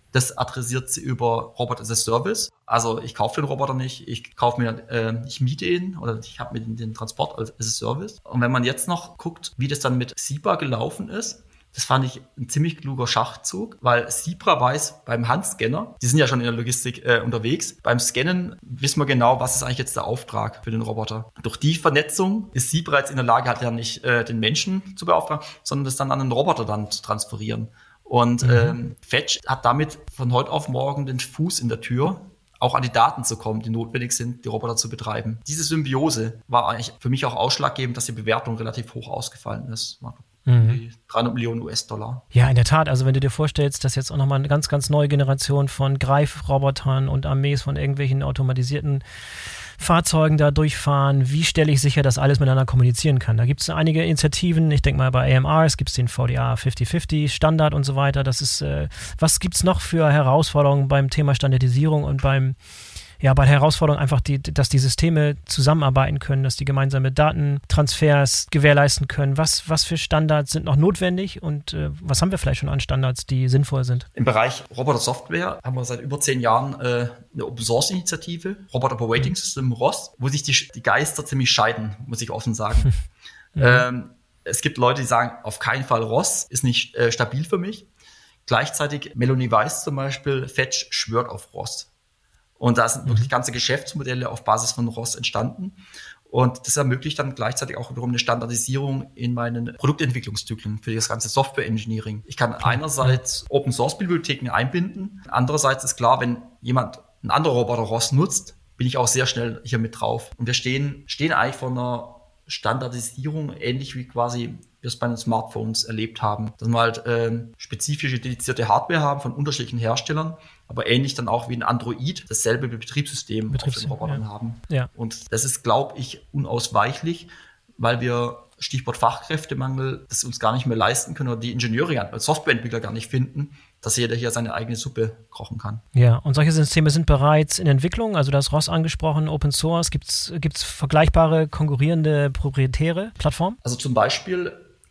Das adressiert sie über Robot as a Service. Also ich kaufe den Roboter nicht, ich kaufe mir, äh, ich miete ihn oder ich habe mir den Transport as a Service. Und wenn man jetzt noch guckt, wie das dann mit Zebra gelaufen ist, das fand ich ein ziemlich kluger Schachzug, weil Zebra weiß beim Handscanner, die sind ja schon in der Logistik äh, unterwegs, beim Scannen wissen wir genau, was ist eigentlich jetzt der Auftrag für den Roboter. Durch die Vernetzung ist Zebra jetzt in der Lage, halt ja nicht äh, den Menschen zu beauftragen, sondern das dann an den Roboter dann zu transferieren. Und mhm. ähm, Fetch hat damit von heute auf morgen den Fuß in der Tür, auch an die Daten zu kommen, die notwendig sind, die Roboter zu betreiben. Diese Symbiose war eigentlich für mich auch ausschlaggebend, dass die Bewertung relativ hoch ausgefallen ist. Mhm. dreihundert Millionen U S-Dollar. Ja, in der Tat. Also wenn du dir vorstellst, dass jetzt auch nochmal eine ganz, ganz neue Generation von Greifrobotern und Armees von irgendwelchen automatisierten Fahrzeugen da durchfahren, wie stelle ich sicher, dass alles miteinander kommunizieren kann? Da gibt es einige Initiativen, ich denke mal bei A M R, es gibt den V D A fünfzig fünfzig Standard und so weiter. Das ist, äh, was gibt es noch für Herausforderungen beim Thema Standardisierung und beim Ja, bei der Herausforderung einfach, die, dass die Systeme zusammenarbeiten können, dass die gemeinsame Datentransfers gewährleisten können. Was, was für Standards sind noch notwendig und äh, was haben wir vielleicht schon an Standards, die sinnvoll sind? Im Bereich Roboter-Software haben wir seit über zehn Jahren äh, eine Open-Source-Initiative, Robot Operating System, R O S, wo sich die, die Geister ziemlich scheiden, muss ich offen sagen. mhm. ähm, es gibt Leute, die sagen, auf keinen Fall R O S ist nicht äh, stabil für mich. Gleichzeitig Melanie Weiss zum Beispiel, Fetch schwört auf R O S. Und da sind mhm. wirklich ganze Geschäftsmodelle auf Basis von R O S entstanden. Und das ermöglicht dann gleichzeitig auch wiederum eine Standardisierung in meinen Produktentwicklungszyklen für das ganze Software Engineering. Ich kann einerseits Open Source Bibliotheken einbinden. Andererseits ist klar, wenn jemand ein anderer Roboter R O S nutzt, bin ich auch sehr schnell hier mit drauf. Und wir stehen, stehen eigentlich vor einer Standardisierung, ähnlich wie quasi wir es bei den Smartphones erlebt haben. Dass wir halt äh, spezifische, dedizierte Hardware haben von unterschiedlichen Herstellern, aber ähnlich dann auch wie ein Android dasselbe Betriebssystem, Betriebssystem auf den Robotern ja. haben. Ja. Und das ist, glaube ich, unausweichlich, weil wir, Stichwort Fachkräftemangel, das uns gar nicht mehr leisten können oder die Ingenieure als Softwareentwickler gar nicht finden, dass jeder hier seine eigene Suppe kochen kann. Ja, und solche Systeme sind bereits in Entwicklung, also das R O S angesprochen, Open Source. Gibt es vergleichbare, konkurrierende, proprietäre Plattformen? Also zum Beispiel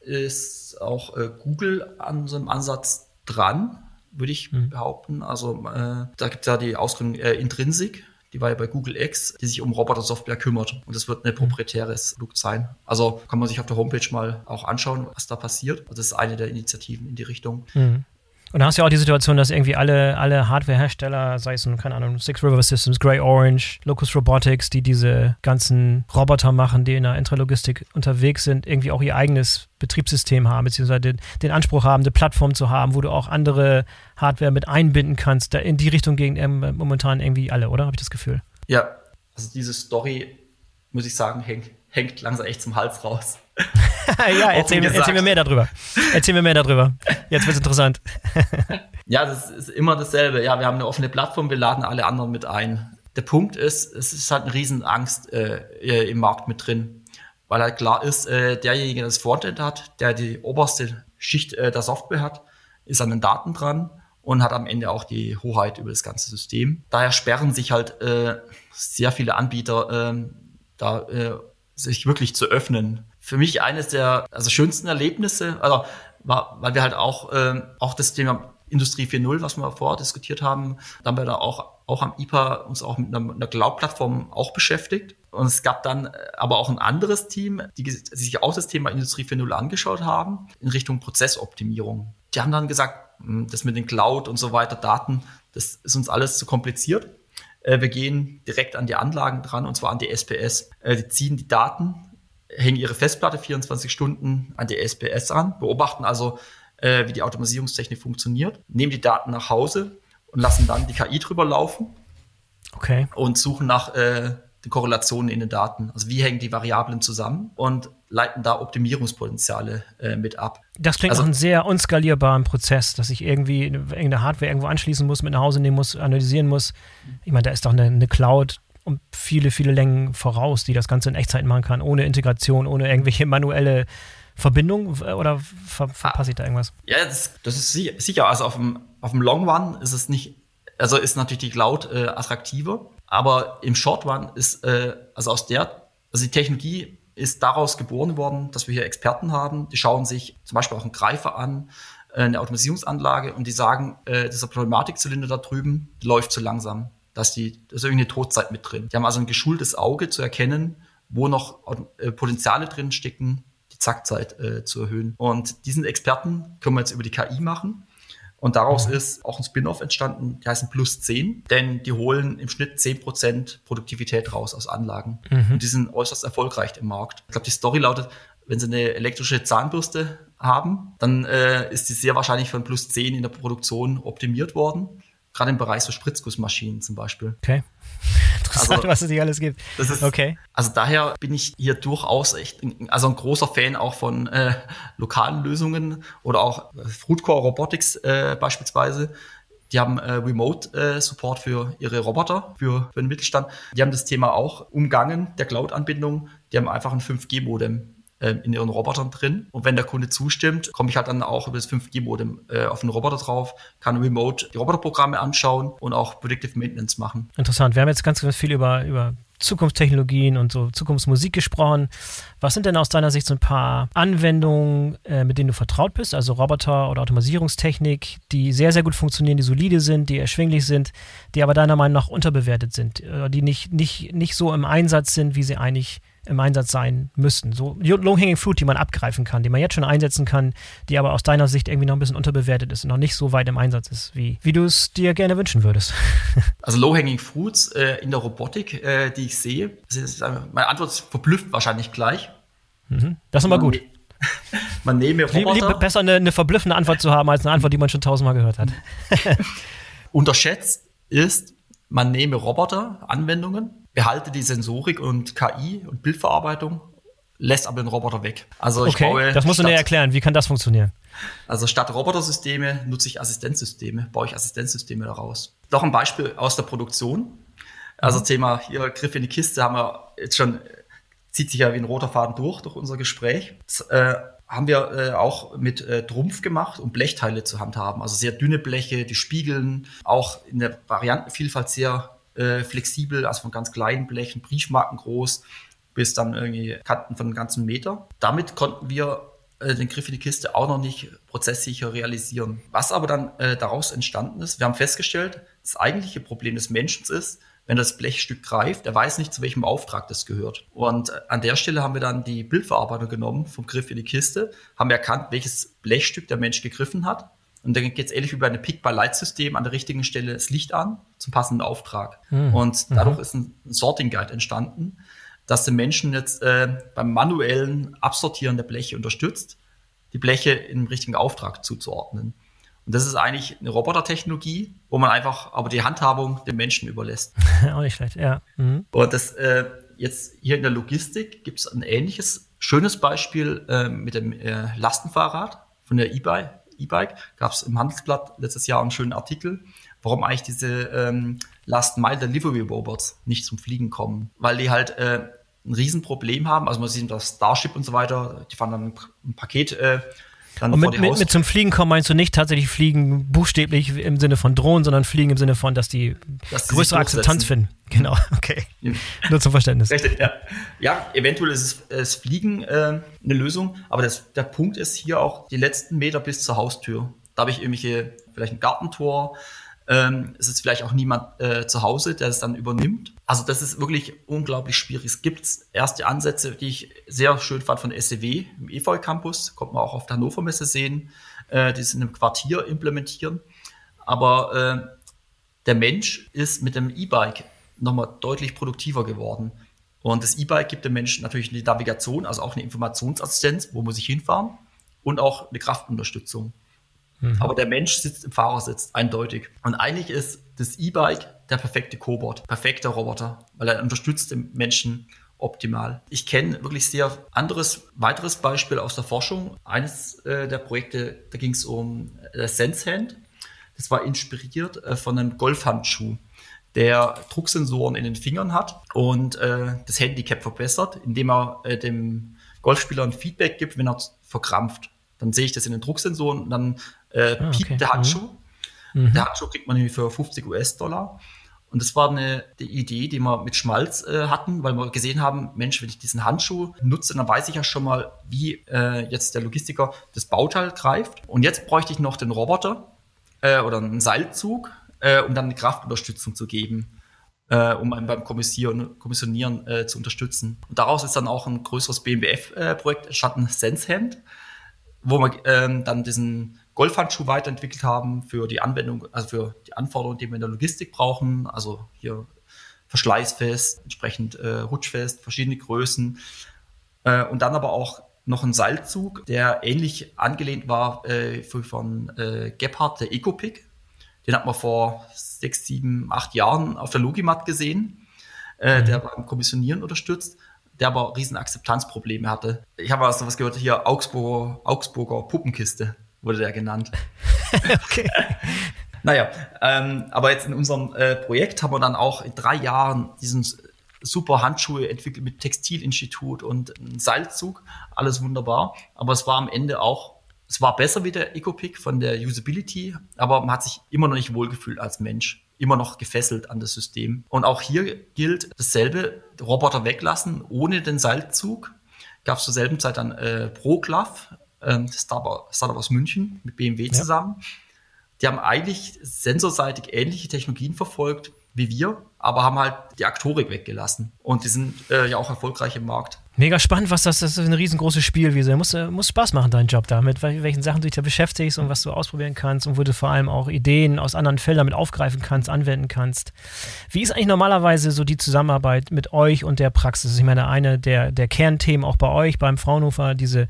ist auch äh, Google an so einem Ansatz dran, würde ich mhm. behaupten. Also äh, da gibt es ja die Ausgründung äh, Intrinsic, die war ja bei Google X, die sich um Roboter-Software kümmert. Und das wird ein proprietäres Produkt sein. Also kann man sich auf der Homepage mal auch anschauen, was da passiert. Also das ist eine der Initiativen in die Richtung. Mhm. Und da hast du ja auch die Situation, dass irgendwie alle, alle Hardware-Hersteller, sei es, keine Ahnung, Six River Systems, Grey Orange, Locus Robotics, die diese ganzen Roboter machen, die in der Intralogistik unterwegs sind, irgendwie auch ihr eigenes Betriebssystem haben, beziehungsweise den, den Anspruch haben, eine Plattform zu haben, wo du auch andere Hardware mit einbinden kannst. Da in die Richtung gehen ähm, momentan irgendwie alle, oder? Habe ich das Gefühl? Ja, also diese Story, muss ich sagen, hängt, hängt langsam echt zum Hals raus. ja, erzähl, erzähl mir mehr darüber. Erzähl mir mehr darüber. Jetzt wird's interessant. Ja, das ist immer dasselbe. Ja, wir haben eine offene Plattform, wir laden alle anderen mit ein. Der Punkt ist, es ist halt eine Riesenangst äh, im Markt mit drin. Weil halt klar ist, äh, derjenige, der das Frontend hat, der die oberste Schicht äh, der Software hat, ist an den Daten dran und hat am Ende auch die Hoheit über das ganze System. Daher sperren sich halt äh, sehr viele Anbieter, äh, da äh, sich wirklich zu öffnen. Für mich eines der also schönsten Erlebnisse, also war, weil wir halt auch äh, auch das Thema Industrie vier Punkt null, was wir vorher diskutiert haben, da haben wir da auch auch am I P A uns auch mit einer, einer Cloud-Plattform auch beschäftigt. Und es gab dann aber auch ein anderes Team, die sich auch das Thema Industrie vier Punkt null angeschaut haben, in Richtung Prozessoptimierung. Die haben dann gesagt, das mit den Cloud und so weiter, Daten, das ist uns alles zu kompliziert. Wir gehen direkt an die Anlagen dran, und zwar an die S P S. Die ziehen die Daten, hängen ihre Festplatte vierundzwanzig Stunden an die S P S an, beobachten also, wie die Automatisierungstechnik funktioniert, nehmen die Daten nach Hause und lassen dann die K I drüber laufen. Okay. Und suchen nach äh, den Korrelationen in den Daten. Also wie hängen die Variablen zusammen und leiten da Optimierungspotenziale äh, mit ab. Das klingt also, nach einem sehr unskalierbaren Prozess, dass ich irgendwie irgendeine Hardware irgendwo anschließen muss, mit nach Hause nehmen muss, analysieren muss. Ich meine, da ist doch eine, eine Cloud um viele, viele Längen voraus, die das Ganze in Echtzeit machen kann, ohne Integration, ohne irgendwelche manuelle Verbindung, oder ver- verpasse ich da irgendwas? Ja, das, das ist sicher. Also auf dem, auf dem Long Run ist es nicht, also ist natürlich die Cloud äh, attraktiver, aber im Short Run ist, äh, also aus der, also die Technologie ist daraus geboren worden, dass wir hier Experten haben, die schauen sich zum Beispiel auch einen Greifer an, eine Automatisierungsanlage und die sagen, äh, dieser Pneumatikzylinder da drüben läuft zu langsam. Dass die, da ist irgendeine Todzeit mit drin. Die haben also ein geschultes Auge zu erkennen, wo noch äh, Potenziale drin stecken, die Zackzeit äh, zu erhöhen. Und diesen Experten können wir jetzt über die K I machen. Und daraus ist auch ein Spin-off entstanden, die heißen Plus zehn, denn die holen im Schnitt zehn Prozent Produktivität raus aus Anlagen. Mhm. Und die sind äußerst erfolgreich im Markt. Ich glaube, die Story lautet, wenn sie eine elektrische Zahnbürste haben, dann äh, ist die sehr wahrscheinlich von Plus zehn in der Produktion optimiert worden. Gerade im Bereich so Spritzgussmaschinen zum Beispiel. Okay. Interessant, also, was es hier alles gibt. Das ist, okay. Also daher bin ich hier durchaus echt, also ein großer Fan auch von äh, lokalen Lösungen oder auch Fruitcore Robotics äh, beispielsweise. Die haben äh, Remote-Support äh, für ihre Roboter, für, für den Mittelstand. Die haben das Thema auch umgangen, der Cloud-Anbindung. Die haben einfach ein fünf G Modem in ihren Robotern drin. Und wenn der Kunde zustimmt, komme ich halt dann auch über das fünf G Modem äh, auf den Roboter drauf, kann remote die Roboterprogramme anschauen und auch Predictive Maintenance machen. Interessant. Wir haben jetzt ganz, ganz viel über, über Zukunftstechnologien und so Zukunftsmusik gesprochen. Was sind denn aus deiner Sicht so ein paar Anwendungen, äh, mit denen du vertraut bist, also Roboter oder Automatisierungstechnik, die sehr, sehr gut funktionieren, die solide sind, die erschwinglich sind, die aber deiner Meinung nach unterbewertet sind, äh, die nicht, nicht, nicht so im Einsatz sind, wie sie eigentlich im Einsatz sein müssten. So Low-Hanging Fruit, die man abgreifen kann, die man jetzt schon einsetzen kann, die aber aus deiner Sicht irgendwie noch ein bisschen unterbewertet ist und noch nicht so weit im Einsatz ist, wie, wie du es dir gerne wünschen würdest. Also Low-Hanging Fruits äh, in der Robotik, äh, die ich sehe, das ist, äh, meine Antwort verblüfft wahrscheinlich gleich. Mhm. Das ist immer gut. Man nehme Roboter. Lieber besser eine, eine verblüffende Antwort zu haben, als eine Antwort, die man schon tausendmal gehört hat. Unterschätzt ist, man nehme Roboter, Anwendungen, behalte die Sensorik und K I und Bildverarbeitung, lässt aber den Roboter weg. Also ich okay, baue das musst du näher erklären. Wie kann das funktionieren? Also statt Robotersysteme nutze ich Assistenzsysteme, baue ich Assistenzsysteme daraus. Noch ein Beispiel aus der Produktion. Also mhm. Thema hier Griff in die Kiste haben wir jetzt schon, zieht sich ja wie ein roter Faden durch, durch unser Gespräch. Das, äh, haben wir äh, auch mit äh, Trumpf gemacht, um Blechteile zu handhaben. Also sehr dünne Bleche, die spiegeln, auch in der Variantenvielfalt sehr äh, flexibel, also von ganz kleinen Blechen, Briefmarken groß, bis dann irgendwie Kanten von einem ganzen Meter. Damit konnten wir äh, den Griff in die Kiste auch noch nicht prozesssicher realisieren. Was aber dann äh, daraus entstanden ist, wir haben festgestellt, das eigentliche Problem des Menschen ist, wenn das Blechstück greift, er weiß nicht, zu welchem Auftrag das gehört. Und an der Stelle haben wir dann die Bildverarbeitung genommen vom Griff in die Kiste, haben erkannt, welches Blechstück der Mensch gegriffen hat. Und dann geht es ähnlich wie bei einem Pick-by-Light-System an der richtigen Stelle das Licht an zum passenden Auftrag. Mhm. Und dadurch ist ein Sorting Guide entstanden, das den Menschen jetzt äh, beim manuellen Absortieren der Bleche unterstützt, die Bleche im richtigen Auftrag zuzuordnen. Und das ist eigentlich eine Robotertechnologie, wo man einfach aber die Handhabung dem Menschen überlässt. Auch nicht schlecht, ja. Mhm. Und das äh, jetzt hier in der Logistik gibt es ein ähnliches, schönes Beispiel äh, mit dem äh, Lastenfahrrad von der E-Bike. E-Bike gab es im Handelsblatt letztes Jahr einen schönen Artikel, warum eigentlich diese ähm, Last-Mile-Delivery-Robots nicht zum Fliegen kommen. Weil die halt äh, ein Riesenproblem haben. Also man sieht das Starship und so weiter, die fahren dann ein Paket äh, Dann und mit, mit, mit zum Fliegen kommen meinst du nicht tatsächlich fliegen buchstäblich im Sinne von Drohnen, sondern fliegen im Sinne von, dass die dass größere Akzeptanz finden. Genau, okay. Ja. Nur zum Verständnis. Richtig, ja. Ja, eventuell ist es, das Fliegen äh, eine Lösung, aber das, der Punkt ist hier auch die letzten Meter bis zur Haustür. Da habe ich irgendwelche, vielleicht ein Gartentor, ähm, es ist vielleicht auch niemand äh, zu Hause, der es dann übernimmt. Also das ist wirklich unglaublich schwierig. Es gibt erste Ansätze, die ich sehr schön fand von S E W im E V E-Campus, kommt man auch auf der Hannover Messe sehen, äh, die es in einem Quartier implementieren. Aber äh, der Mensch ist mit dem E-Bike nochmal deutlich produktiver geworden. Und das E-Bike gibt dem Menschen natürlich eine Navigation, also auch eine Informationsassistenz, wo muss ich hinfahren, und auch eine Kraftunterstützung. Mhm. Aber der Mensch sitzt im Fahrersitz, eindeutig. Und eigentlich ist das E-Bike der perfekte Cobot, perfekter Roboter, weil er unterstützt den Menschen optimal. Ich kenne wirklich sehr anderes, weiteres Beispiel aus der Forschung. Eines äh, der Projekte, da ging es um äh, SenseHand. Das war inspiriert äh, von einem Golfhandschuh, der Drucksensoren in den Fingern hat und äh, das Handicap verbessert, indem er äh, dem Golfspieler ein Feedback gibt, wenn er verkrampft. Dann sehe ich das in den Drucksensoren und dann äh, ah, piept okay. der Handschuh. Mhm. Der Handschuh kriegt man nämlich für fünfzig US-Dollar. Und das war eine die Idee, die wir mit Schmalz äh, hatten, weil wir gesehen haben, Mensch, wenn ich diesen Handschuh nutze, dann weiß ich ja schon mal, wie äh, jetzt der Logistiker das Bauteil greift. Und jetzt bräuchte ich noch den Roboter äh, oder einen Seilzug, äh, um dann eine Kraftunterstützung zu geben, äh, um einen beim Kommissionieren, Kommissionieren äh, zu unterstützen. Und daraus ist dann auch ein größeres B M B F-Projekt entstanden, SenseHand, wo wir äh, dann diesen Golfhandschuh weiterentwickelt haben für die Anwendung, also für die Anforderungen, die wir in der Logistik brauchen. Also hier verschleißfest, entsprechend äh, rutschfest, verschiedene Größen. Äh, und dann aber auch noch ein Seilzug, der ähnlich angelehnt war äh, von äh, Gebhardt, der EcoPick. Den hat man vor sechs, sieben, acht Jahren auf der Logimat gesehen. Äh, mhm. Der beim Kommissionieren unterstützt, der aber riesen Akzeptanzprobleme hatte. Ich habe also was gehört, hier Augsburger, Augsburger Puppenkiste wurde der genannt. Okay. Naja, ähm, aber jetzt in unserem äh, Projekt haben wir dann auch in drei Jahren diesen super Handschuhe entwickelt mit Textilinstitut und einem Seilzug. Alles wunderbar. Aber es war am Ende auch, es war besser wie der EcoPick von der Usability, aber man hat sich immer noch nicht wohlgefühlt als Mensch. Immer noch gefesselt an das System. Und auch hier gilt dasselbe, Roboter weglassen ohne den Seilzug. Gab es zur selben Zeit dann äh, ProGlove, ähm, Startup aus München mit B M W zusammen. Ja. Die haben eigentlich sensorseitig ähnliche Technologien verfolgt wie wir, aber haben halt die Aktorik weggelassen. Und die sind äh, ja auch erfolgreich im Markt. Mega spannend, was das, das ist eine riesengroße Spielwiese. Muss, muss Spaß machen, dein Job da, mit welchen Sachen du dich da beschäftigst und was du ausprobieren kannst und wo du vor allem auch Ideen aus anderen Feldern mit aufgreifen kannst, anwenden kannst. Wie ist eigentlich normalerweise so die Zusammenarbeit mit euch und der Praxis? Ich meine, eine der, der Kernthemen auch bei euch, beim Fraunhofer, diese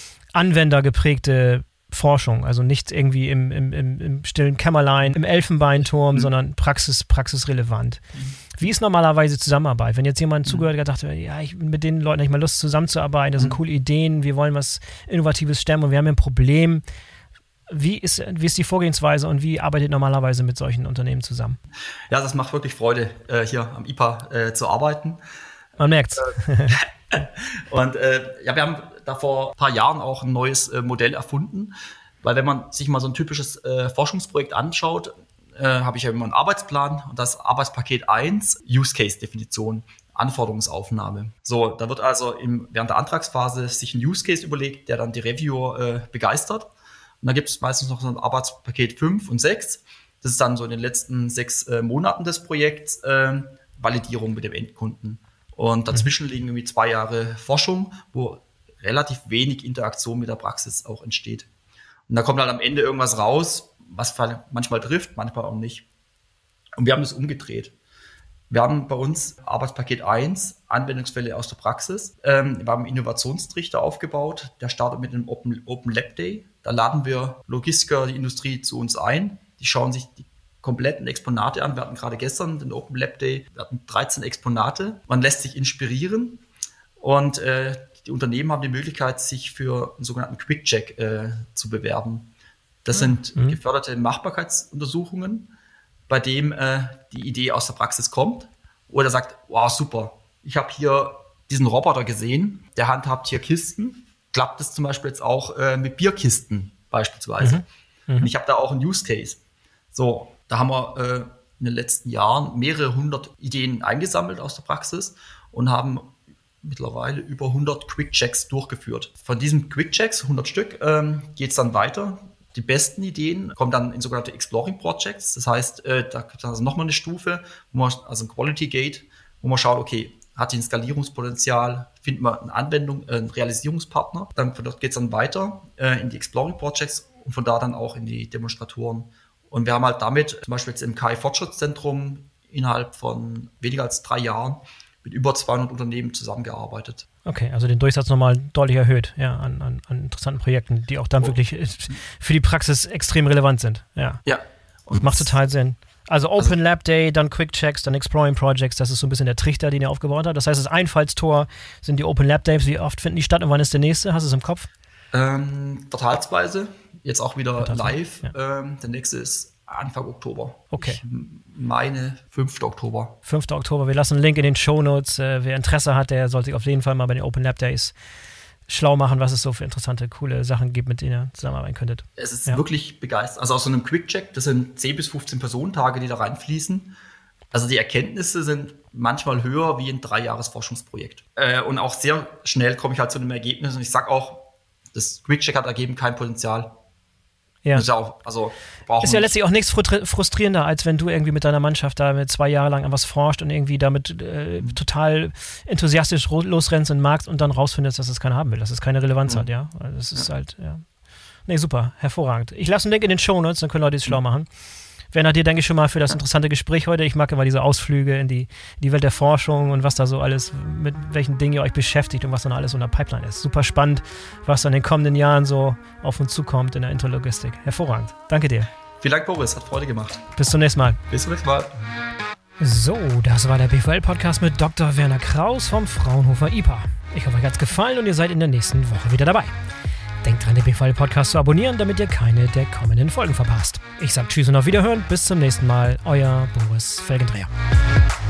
anwendergeprägte Forschung, also nicht irgendwie im, im, im, im stillen Kämmerlein, im Elfenbeinturm, mhm. sondern praxis, praxisrelevant. Mhm. Wie ist normalerweise Zusammenarbeit? Wenn jetzt jemand mhm. zugehört und gedacht hat, ja, ich bin mit den Leuten habe ich mal Lust zusammenzuarbeiten, das sind mhm. coole Ideen, wir wollen was Innovatives stemmen und wir haben ein Problem. Wie ist, wie ist die Vorgehensweise und wie arbeitet ihr normalerweise mit solchen Unternehmen zusammen? Ja, das macht wirklich Freude, äh, hier am I P A äh, zu arbeiten. Man merkt's. Und äh, ja, wir haben da vor ein paar Jahren auch ein neues äh, Modell erfunden, weil wenn man sich mal so ein typisches äh, Forschungsprojekt anschaut, äh, habe ich ja immer einen Arbeitsplan und das Arbeitspaket eins, Use Case Definition, Anforderungsaufnahme. So, da wird also im, während der Antragsphase sich ein Use Case überlegt, der dann die Reviewer äh, begeistert. Und dann gibt es meistens noch so ein Arbeitspaket fünf und sechs. Das ist dann so in den letzten sechs äh, Monaten des Projekts äh, Validierung mit dem Endkunden. Und dazwischen liegen irgendwie zwei Jahre Forschung, wo relativ wenig Interaktion mit der Praxis auch entsteht. Und da kommt halt am Ende irgendwas raus, was manchmal trifft, manchmal auch nicht. Und wir haben das umgedreht. Wir haben bei uns Arbeitspaket eins, Anwendungsfälle aus der Praxis. Ähm, wir haben einen Innovationstrichter aufgebaut, der startet mit einem Open, Open Lab Day. Da laden wir Logistiker, die Industrie zu uns ein. Die schauen sich die kompletten Exponate an. Wir hatten gerade gestern den Open Lab Day, wir hatten dreizehn Exponate. Man lässt sich inspirieren und äh, die Unternehmen haben die Möglichkeit, sich für einen sogenannten Quick Check äh, zu bewerben. Das sind mhm. geförderte Machbarkeitsuntersuchungen, bei dem äh, die Idee aus der Praxis kommt oder sagt, wow, super, ich habe hier diesen Roboter gesehen, der handhabt hier Kisten. Klappt das zum Beispiel jetzt auch äh, mit Bierkisten beispielsweise. Mhm. Mhm. Und ich habe da auch einen Use Case. So, da haben wir äh, in den letzten Jahren mehrere hundert Ideen eingesammelt aus der Praxis und haben mittlerweile über hundert Quick-Checks durchgeführt. Von diesen Quick-Checks, hundert Stück, ähm, geht es dann weiter. Die besten Ideen kommen dann in sogenannte Exploring Projects. Das heißt, äh, da gibt es also nochmal eine Stufe, wo man, also ein Quality Gate, wo man schaut, okay, hat die ein Skalierungspotenzial, finden wir eine Anwendung, äh, einen Realisierungspartner. Dann von dort geht es dann weiter äh, in die Exploring Projects und von da dann auch in die Demonstratoren. Und wir haben halt damit zum Beispiel jetzt im K I-Fortschrittszentrum innerhalb von weniger als drei Jahren mit über zweihundert Unternehmen zusammengearbeitet. Okay, also den Durchsatz nochmal deutlich erhöht, ja, an, an, an interessanten Projekten, die auch dann oh. wirklich für die Praxis extrem relevant sind. Ja. ja. Und macht total Sinn. Also Open also, Lab Day, dann Quick Checks, dann Exploring Projects, das ist so ein bisschen der Trichter, den ihr aufgebaut habt. Das heißt, das Einfallstor sind die Open Lab Days. Wie oft finden die statt und wann ist der nächste? Hast du es im Kopf? Ähm, quartalsweise, jetzt auch wieder quartalsweise. live. Ja. Ähm, der nächste ist Anfang Oktober. Okay. Ich meine fünften Oktober. fünften Oktober. Wir lassen einen Link in den Shownotes. Äh, wer Interesse hat, der sollte sich auf jeden Fall mal bei den Open Lab Days schlau machen, was es so für interessante, coole Sachen gibt, mit denen ihr zusammenarbeiten könntet. Es ist ja. wirklich begeistert. Also aus so einem Quick-Check, das sind zehn bis fünfzehn Personentage, die da reinfließen. Also die Erkenntnisse sind manchmal höher wie ein Drei-Jahres-Forschungsprojekt. Äh, und auch sehr schnell komme ich halt zu einem Ergebnis. Und ich sage auch, das Quick-Check hat ergeben kein Potenzial. Ja. Ist ja, auch, also ist ja letztlich auch nichts frustrierender, als wenn du irgendwie mit deiner Mannschaft da mit zwei Jahre lang an was forscht und irgendwie damit äh, total enthusiastisch losrennst und magst und dann rausfindest, dass es keiner haben will, dass es keine Relevanz mhm. hat, ja. Also das ist ja. halt, ja. Nee, super, hervorragend. Ich lasse einen Link in den Shownotes, dann können Leute es schlau machen. Werner, dir danke ich schon mal für das interessante Gespräch heute. Ich mag immer diese Ausflüge in die, in die Welt der Forschung und was da so alles, mit welchen Dingen ihr euch beschäftigt und was dann alles so in der Pipeline ist. Super spannend, was dann in den kommenden Jahren so auf uns zukommt in der Intralogistik. Hervorragend. Danke dir. Vielen Dank, Boris. Hat Freude gemacht. Bis zum nächsten Mal. Bis zum nächsten Mal. So, das war der B V L-Podcast mit Doktor Werner Kraus vom Fraunhofer I P A. Ich hoffe, euch hat's gefallen und ihr seid in der nächsten Woche wieder dabei. Denkt dran, den B V L-Podcast zu abonnieren, damit ihr keine der kommenden Folgen verpasst. Ich sag Tschüss und auf Wiederhören. Bis zum nächsten Mal. Euer Boris Felgendreher.